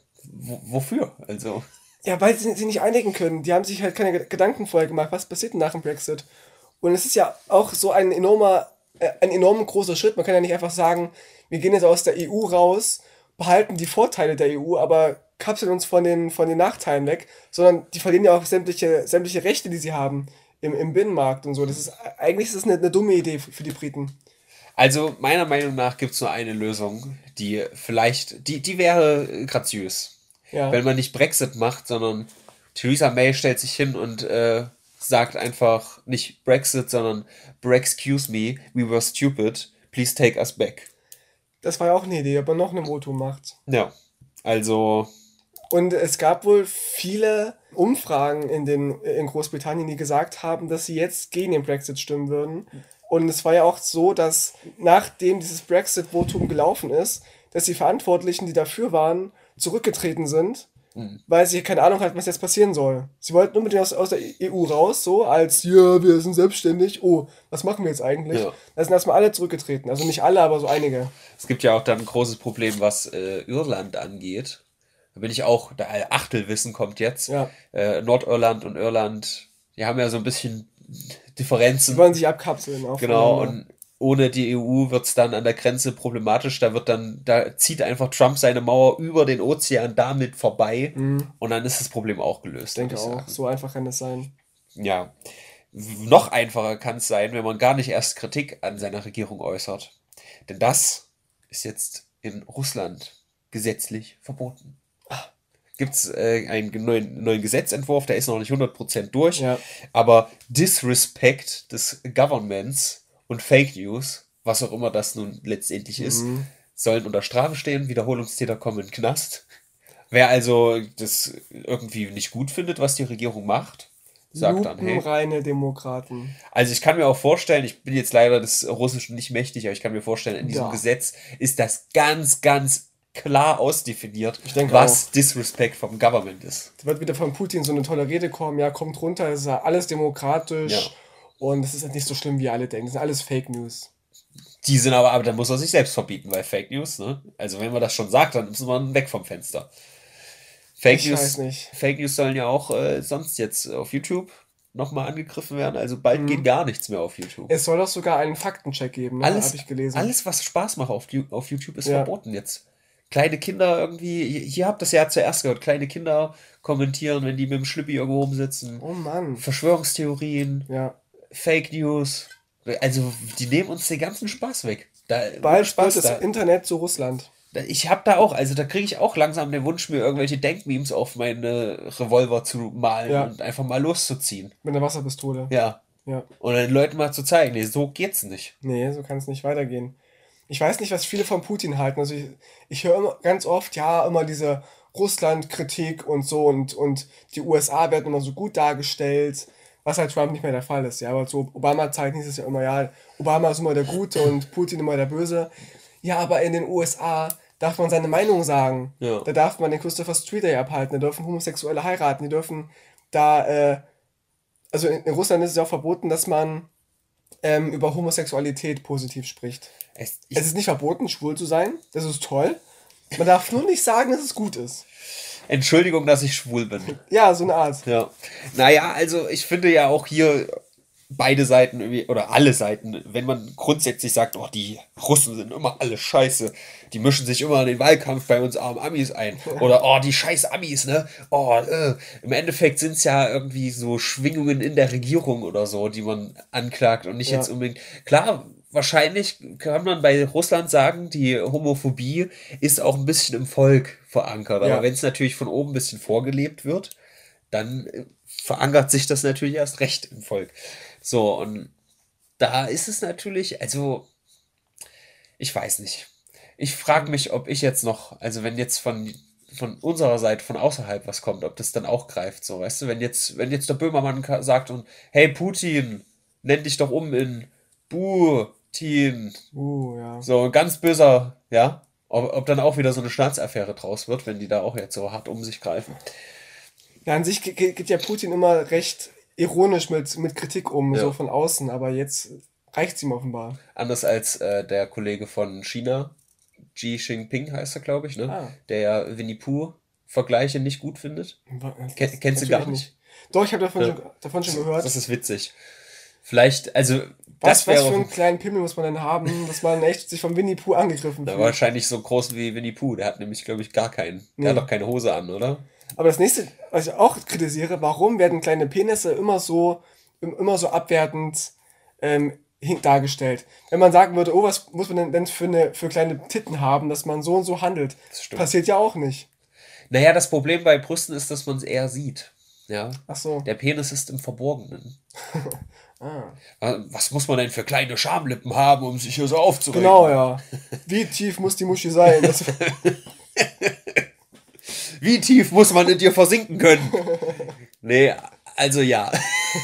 W wofür? Also. Ja, weil sie sich nicht einigen können. Die haben sich halt keine Gedanken vorher gemacht, was passiert denn nach dem Brexit. Und es ist ja auch so ein enormer, äh, ein enorm großer Schritt. Man kann ja nicht einfach sagen, wir gehen jetzt aus der E U raus, behalten die Vorteile der E U, aber kapseln uns von den, von den Nachteilen weg, sondern die verlieren ja auch sämtliche, sämtliche Rechte, die sie haben im, im Binnenmarkt und so. Das ist, eigentlich ist das eine, eine dumme Idee für die Briten. Also, meiner Meinung nach gibt es nur eine Lösung, die vielleicht, die, die wäre graziös. Ja. Wenn man nicht Brexit macht, sondern Theresa May stellt sich hin und äh, sagt einfach nicht Brexit, sondern Brexcuse me, we were stupid, please take us back. Das war ja auch eine Idee, ob man noch eine Votum macht. Ja, also. Und es gab wohl viele Umfragen in, den, in Großbritannien, die gesagt haben, dass sie jetzt gegen den Brexit stimmen würden. Und es war ja auch so, dass nachdem dieses Brexit-Votum gelaufen ist, dass die Verantwortlichen, die dafür waren, zurückgetreten sind, mhm. weil sie keine Ahnung hatten, was jetzt passieren soll. Sie wollten unbedingt aus, aus der E U raus, so als, ja, wir sind selbstständig, oh, was machen wir jetzt eigentlich? Ja. Da sind erstmal alle zurückgetreten. Also nicht alle, aber so einige. Es gibt ja auch dann ein großes Problem, was äh, Irland angeht. Da bin ich auch, da Achtelwissen kommt jetzt. Ja. Äh, Nordirland und Irland, die haben ja so ein bisschen Differenzen. Die wollen sich abkapseln. Auch genau, und ohne die E U wird es dann an der Grenze problematisch. Da wird dann, da zieht einfach Trump seine Mauer über den Ozean damit vorbei mhm. und dann ist das Problem auch gelöst. Ich denke ich auch, so einfach kann es sein. Ja, noch einfacher kann es sein, wenn man gar nicht erst Kritik an seiner Regierung äußert. Denn das ist jetzt in Russland gesetzlich verboten. Gibt es äh, einen neuen, neuen Gesetzentwurf, der ist noch nicht hundert Prozent durch, ja. aber Disrespect des Governments und Fake News, was auch immer das nun letztendlich ist, mhm. sollen unter Strafe stehen. Wiederholungstäter kommen in den Knast. Wer also das irgendwie nicht gut findet, was die Regierung macht, sagt dann, hey. Reine Demokraten. Also ich kann mir auch vorstellen, ich bin jetzt leider des Russischen nicht mächtig, aber ich kann mir vorstellen, in diesem ja. Gesetz ist das ganz, ganz klar ausdefiniert, denke was auch. Disrespect vom Government ist. Da wird wieder von Putin so eine tolle Rede kommen, ja, kommt runter, es ist ja alles demokratisch ja. und es ist halt nicht so schlimm, wie alle denken. Das sind alles Fake News. Die sind aber, aber dann muss er sich selbst verbieten, weil Fake News, ne? Also wenn man das schon sagt, dann müssen wir weg vom Fenster. Fake ich News, weiß nicht. Fake News sollen ja auch äh, sonst jetzt auf YouTube nochmal angegriffen werden, also bald mhm. geht gar nichts mehr auf YouTube. Es soll doch sogar einen Faktencheck geben, ne? Alles, habe ich gelesen. Alles, was Spaß macht auf, auf YouTube, ist ja. verboten jetzt. Kleine Kinder irgendwie, hier habt ihr das ja zuerst gehört, kleine Kinder kommentieren, wenn die mit dem Schlüppi irgendwo rumsitzen. Oh Mann. Verschwörungstheorien, ja. Fake News. Also, die nehmen uns den ganzen Spaß weg. Da, Bald Spaß das da. Internet zu Russland. Ich hab da auch, also da kriege ich auch langsam den Wunsch, mir irgendwelche Denkmemes auf meine Revolver zu malen ja. und einfach mal loszuziehen. Mit einer Wasserpistole. Ja. ja. Und den Leuten mal zu zeigen, nee, so geht's nicht. Nee, so kann es nicht weitergehen. Ich weiß nicht, was viele von Putin halten. Also ich, ich höre immer ganz oft, ja, immer diese Russland-Kritik und so und, und die U S A werden immer so gut dargestellt, was halt Trump nicht mehr der Fall ist. Ja, aber zu Obama-Zeiten hieß es ja immer, ja, Obama ist immer der Gute und Putin immer der Böse. Ja, aber in den U S A darf man seine Meinung sagen. Ja. Da darf man den Christopher Street Day abhalten, da dürfen Homosexuelle heiraten, die dürfen da, äh, also in, in Russland ist es ja auch verboten, dass man ähm, über Homosexualität positiv spricht. Es, es ist nicht verboten, schwul zu sein. Das ist toll. Man darf nur nicht sagen, dass es gut ist. Entschuldigung, dass ich schwul bin. Ja, so eine Art. Ja. Naja, also ich finde ja auch hier, beide Seiten irgendwie, oder alle Seiten, wenn man grundsätzlich sagt, oh, die Russen sind immer alle scheiße, die mischen sich immer in den Wahlkampf bei uns armen Amis ein. Oder, oh, die scheiß Amis, ne? Oh, äh. Im Endeffekt sind es ja irgendwie so Schwingungen in der Regierung oder so, die man anklagt und nicht Ja. jetzt unbedingt. Klar, wahrscheinlich kann man bei Russland sagen, die Homophobie ist auch ein bisschen im Volk verankert. Ja. Aber wenn es natürlich von oben ein bisschen vorgelebt wird, dann äh, verankert sich das natürlich erst recht im Volk. So, und da ist es natürlich, also, ich weiß nicht. Ich frage mich, ob ich jetzt noch, also wenn jetzt von, von unserer Seite, von außerhalb was kommt, ob das dann auch greift, so, weißt du, wenn jetzt, wenn jetzt der Böhmermann ka- sagt und, hey Putin, nenn dich doch um in Putin, Uh, ja. so ein ganz böser, ja, ob, ob dann auch wieder so eine Staatsaffäre draus wird, wenn die da auch jetzt so hart um sich greifen. Ja, an sich ge- ge- geht ja Putin immer recht ironisch mit, mit Kritik um, Ja. so von außen, aber jetzt reicht's ihm offenbar. Anders als äh, der Kollege von China, Xi Jinping heißt er, glaube ich, ne? Ah. Der ja Winnie Pooh-Vergleiche nicht gut findet. Ken- kennst du gar Natürlich nicht? Doch, ich habe davon, Ja. schon, davon schon gehört. Das ist witzig. Vielleicht, also, Was, das was wäre für einen kleinen Pimmel muss man denn haben, dass man echt sich vom Winnie Pooh angegriffen na, fühlt? wahrscheinlich so groß wie Winnie Pooh. Der hat nämlich, glaube ich, gar keinen. Nee. Der hat doch keine Hose an, oder? Aber das nächste, was ich auch kritisiere, warum werden kleine Penisse immer so, im- immer so abwertend ähm, hin- dargestellt? Wenn man sagen würde, oh, was muss man denn, denn für, eine, für kleine Titten haben, dass man so und so handelt? Das stimmt. Passiert ja auch nicht. Naja, das Problem bei Brüsten ist, dass man es eher sieht. Ja. Ach so. Der Penis ist im Verborgenen. Ah. Was muss man denn für kleine Schamlippen haben, um sich hier so aufzuregen? Genau, ja. Wie tief muss die Muschi sein? Das, Wie tief muss man in dir versinken können? Nee, also ja.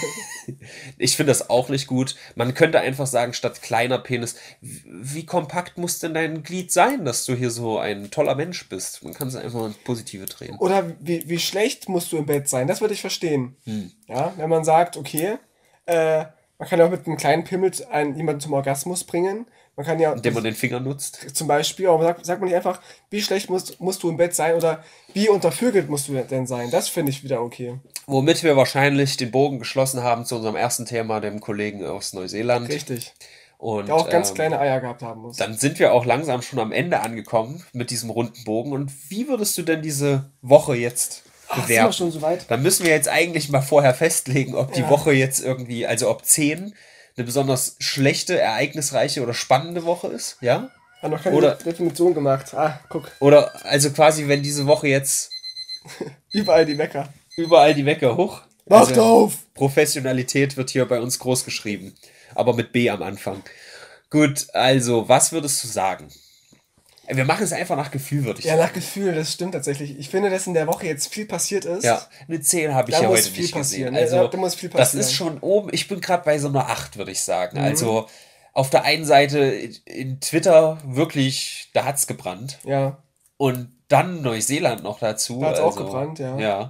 Ich finde das auch nicht gut. Man könnte einfach sagen, statt kleiner Penis, wie kompakt muss denn dein Glied sein, dass du hier so ein toller Mensch bist? Man kann es einfach ins Positive drehen. oder wie, wie schlecht musst du im Bett sein? Das würde ich verstehen. Hm. Ja, wenn man sagt, okay, äh, man kann ja auch mit einem kleinen Pimmel einen, jemanden zum Orgasmus bringen. Man kann ja Indem man den Finger nutzt. zum Beispiel, aber sagt, sagt man nicht einfach, wie schlecht musst, musst du im Bett sein oder wie untervögelt musst du denn sein? Das finde ich wieder okay. Womit wir wahrscheinlich den Bogen geschlossen haben zu unserem ersten Thema, dem Kollegen aus Neuseeland. Richtig. Und Der auch ganz ähm, kleine Eier gehabt haben muss. dann sind wir auch langsam schon am Ende angekommen mit diesem runden Bogen. Und wie würdest du denn diese Woche jetzt Ach, sind bewerten? wir schon so weit? Da müssen wir jetzt eigentlich mal vorher festlegen, ob die Ja. Woche jetzt irgendwie, also ob zehn eine besonders schlechte, ereignisreiche oder spannende Woche ist, ja? Hat noch keine Oder- Definition gemacht. Ah, guck. Oder also quasi, wenn diese Woche jetzt Überall die Wecker. überall die Wecker hoch. Wacht Also, auf! Professionalität wird hier bei uns groß geschrieben, aber mit B am Anfang. Gut, also, was würdest du sagen? Wir machen es einfach nach Gefühl, würde ich Ja, sagen. nach Gefühl, das stimmt tatsächlich. Ich finde, dass in der Woche jetzt viel passiert ist. Ja, eine zehn habe ich Da ja muss heute viel nicht passieren. gesehen. Ja, Also, da muss viel das passieren. ist schon oben. Ich bin gerade bei so einer acht, würde ich sagen. Mhm. Also, auf der einen Seite in Twitter wirklich, da hat's gebrannt. Ja. Und dann Neuseeland noch dazu. Da hat's auch also, gebrannt, ja. Ja.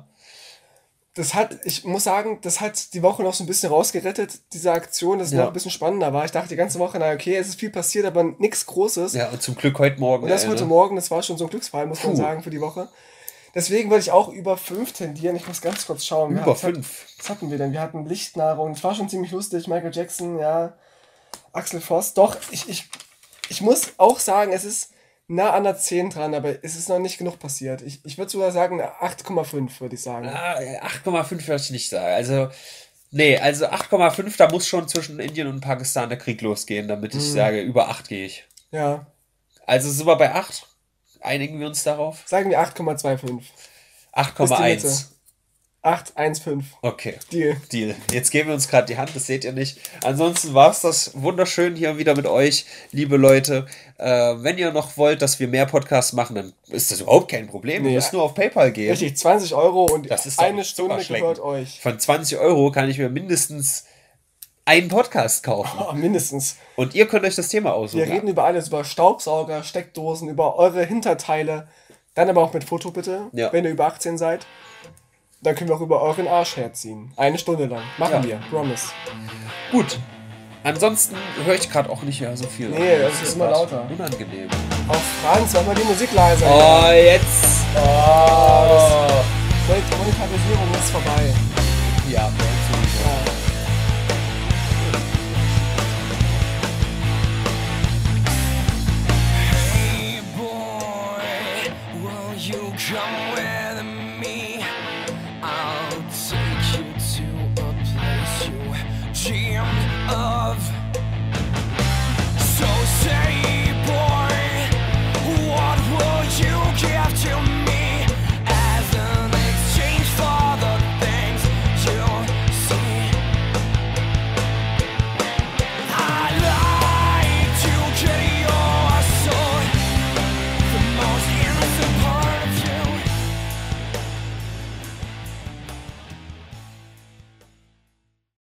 Das hat, ich muss sagen, das hat die Woche noch so ein bisschen rausgerettet, diese Aktion, dass es Ja. noch ein bisschen spannender war. Ich dachte die ganze Woche, na okay, es ist viel passiert, aber nichts Großes. Ja, und zum Glück heute Morgen. Und das ey, heute ne? Morgen, das war schon so ein Glücksfall, muss man Puh. sagen, für die Woche. Deswegen würde ich auch über fünf tendieren. Ich muss ganz kurz schauen. Über Was hat- fünf. Was hatten wir denn? Wir hatten Lichtnahrung. Das war schon ziemlich lustig. Michael Jackson, ja. Axel Voss. Doch, ich, ich, ich muss auch sagen, es ist nah an der zehn dran, aber es ist noch nicht genug passiert. Ich, ich würde sogar sagen, eine acht Komma fünf, würde ich sagen. Ah, acht Komma fünf würde ich nicht sagen. Also, nee, also acht Komma fünf, da muss schon zwischen Indien und Pakistan der Krieg losgehen, damit Mhm. ich sage, über acht gehe ich. Ja. Also sind wir bei acht? Einigen wir uns darauf? Sagen wir acht Komma fünfundzwanzig. acht Komma eins. Mitte. acht Komma fünfzehn. Okay. Deal. Deal. Jetzt geben wir uns gerade die Hand, das seht ihr nicht. Ansonsten war es das wunderschön hier wieder mit euch, liebe Leute. Äh, wenn ihr noch wollt, dass wir mehr Podcasts machen, dann ist das überhaupt kein Problem. Nee, ihr müsst nur auf PayPal gehen. Richtig, zwanzig Euro und Das ist doch eine nicht Stunde Zuckerschlecken. gehört euch. Von zwanzig Euro kann ich mir mindestens einen Podcast kaufen. Oh, mindestens. Und ihr könnt euch das Thema Wir aussuchen. reden über alles, über Staubsauger, Steckdosen, über eure Hinterteile. Dann aber auch mit Foto bitte, Ja. wenn ihr über achtzehn seid. Dann können wir auch über euren Arsch herziehen. Eine Stunde lang. Machen Ja. wir, promise. Gut. Ansonsten höre ich gerade auch nicht mehr so viel. Nee, das ist immer grad lauter. Unangenehm. Auf Franz, mach mal die Musik leiser. Oh, jetzt. Oh, das- Die Monetarisierung ist vorbei. Ja.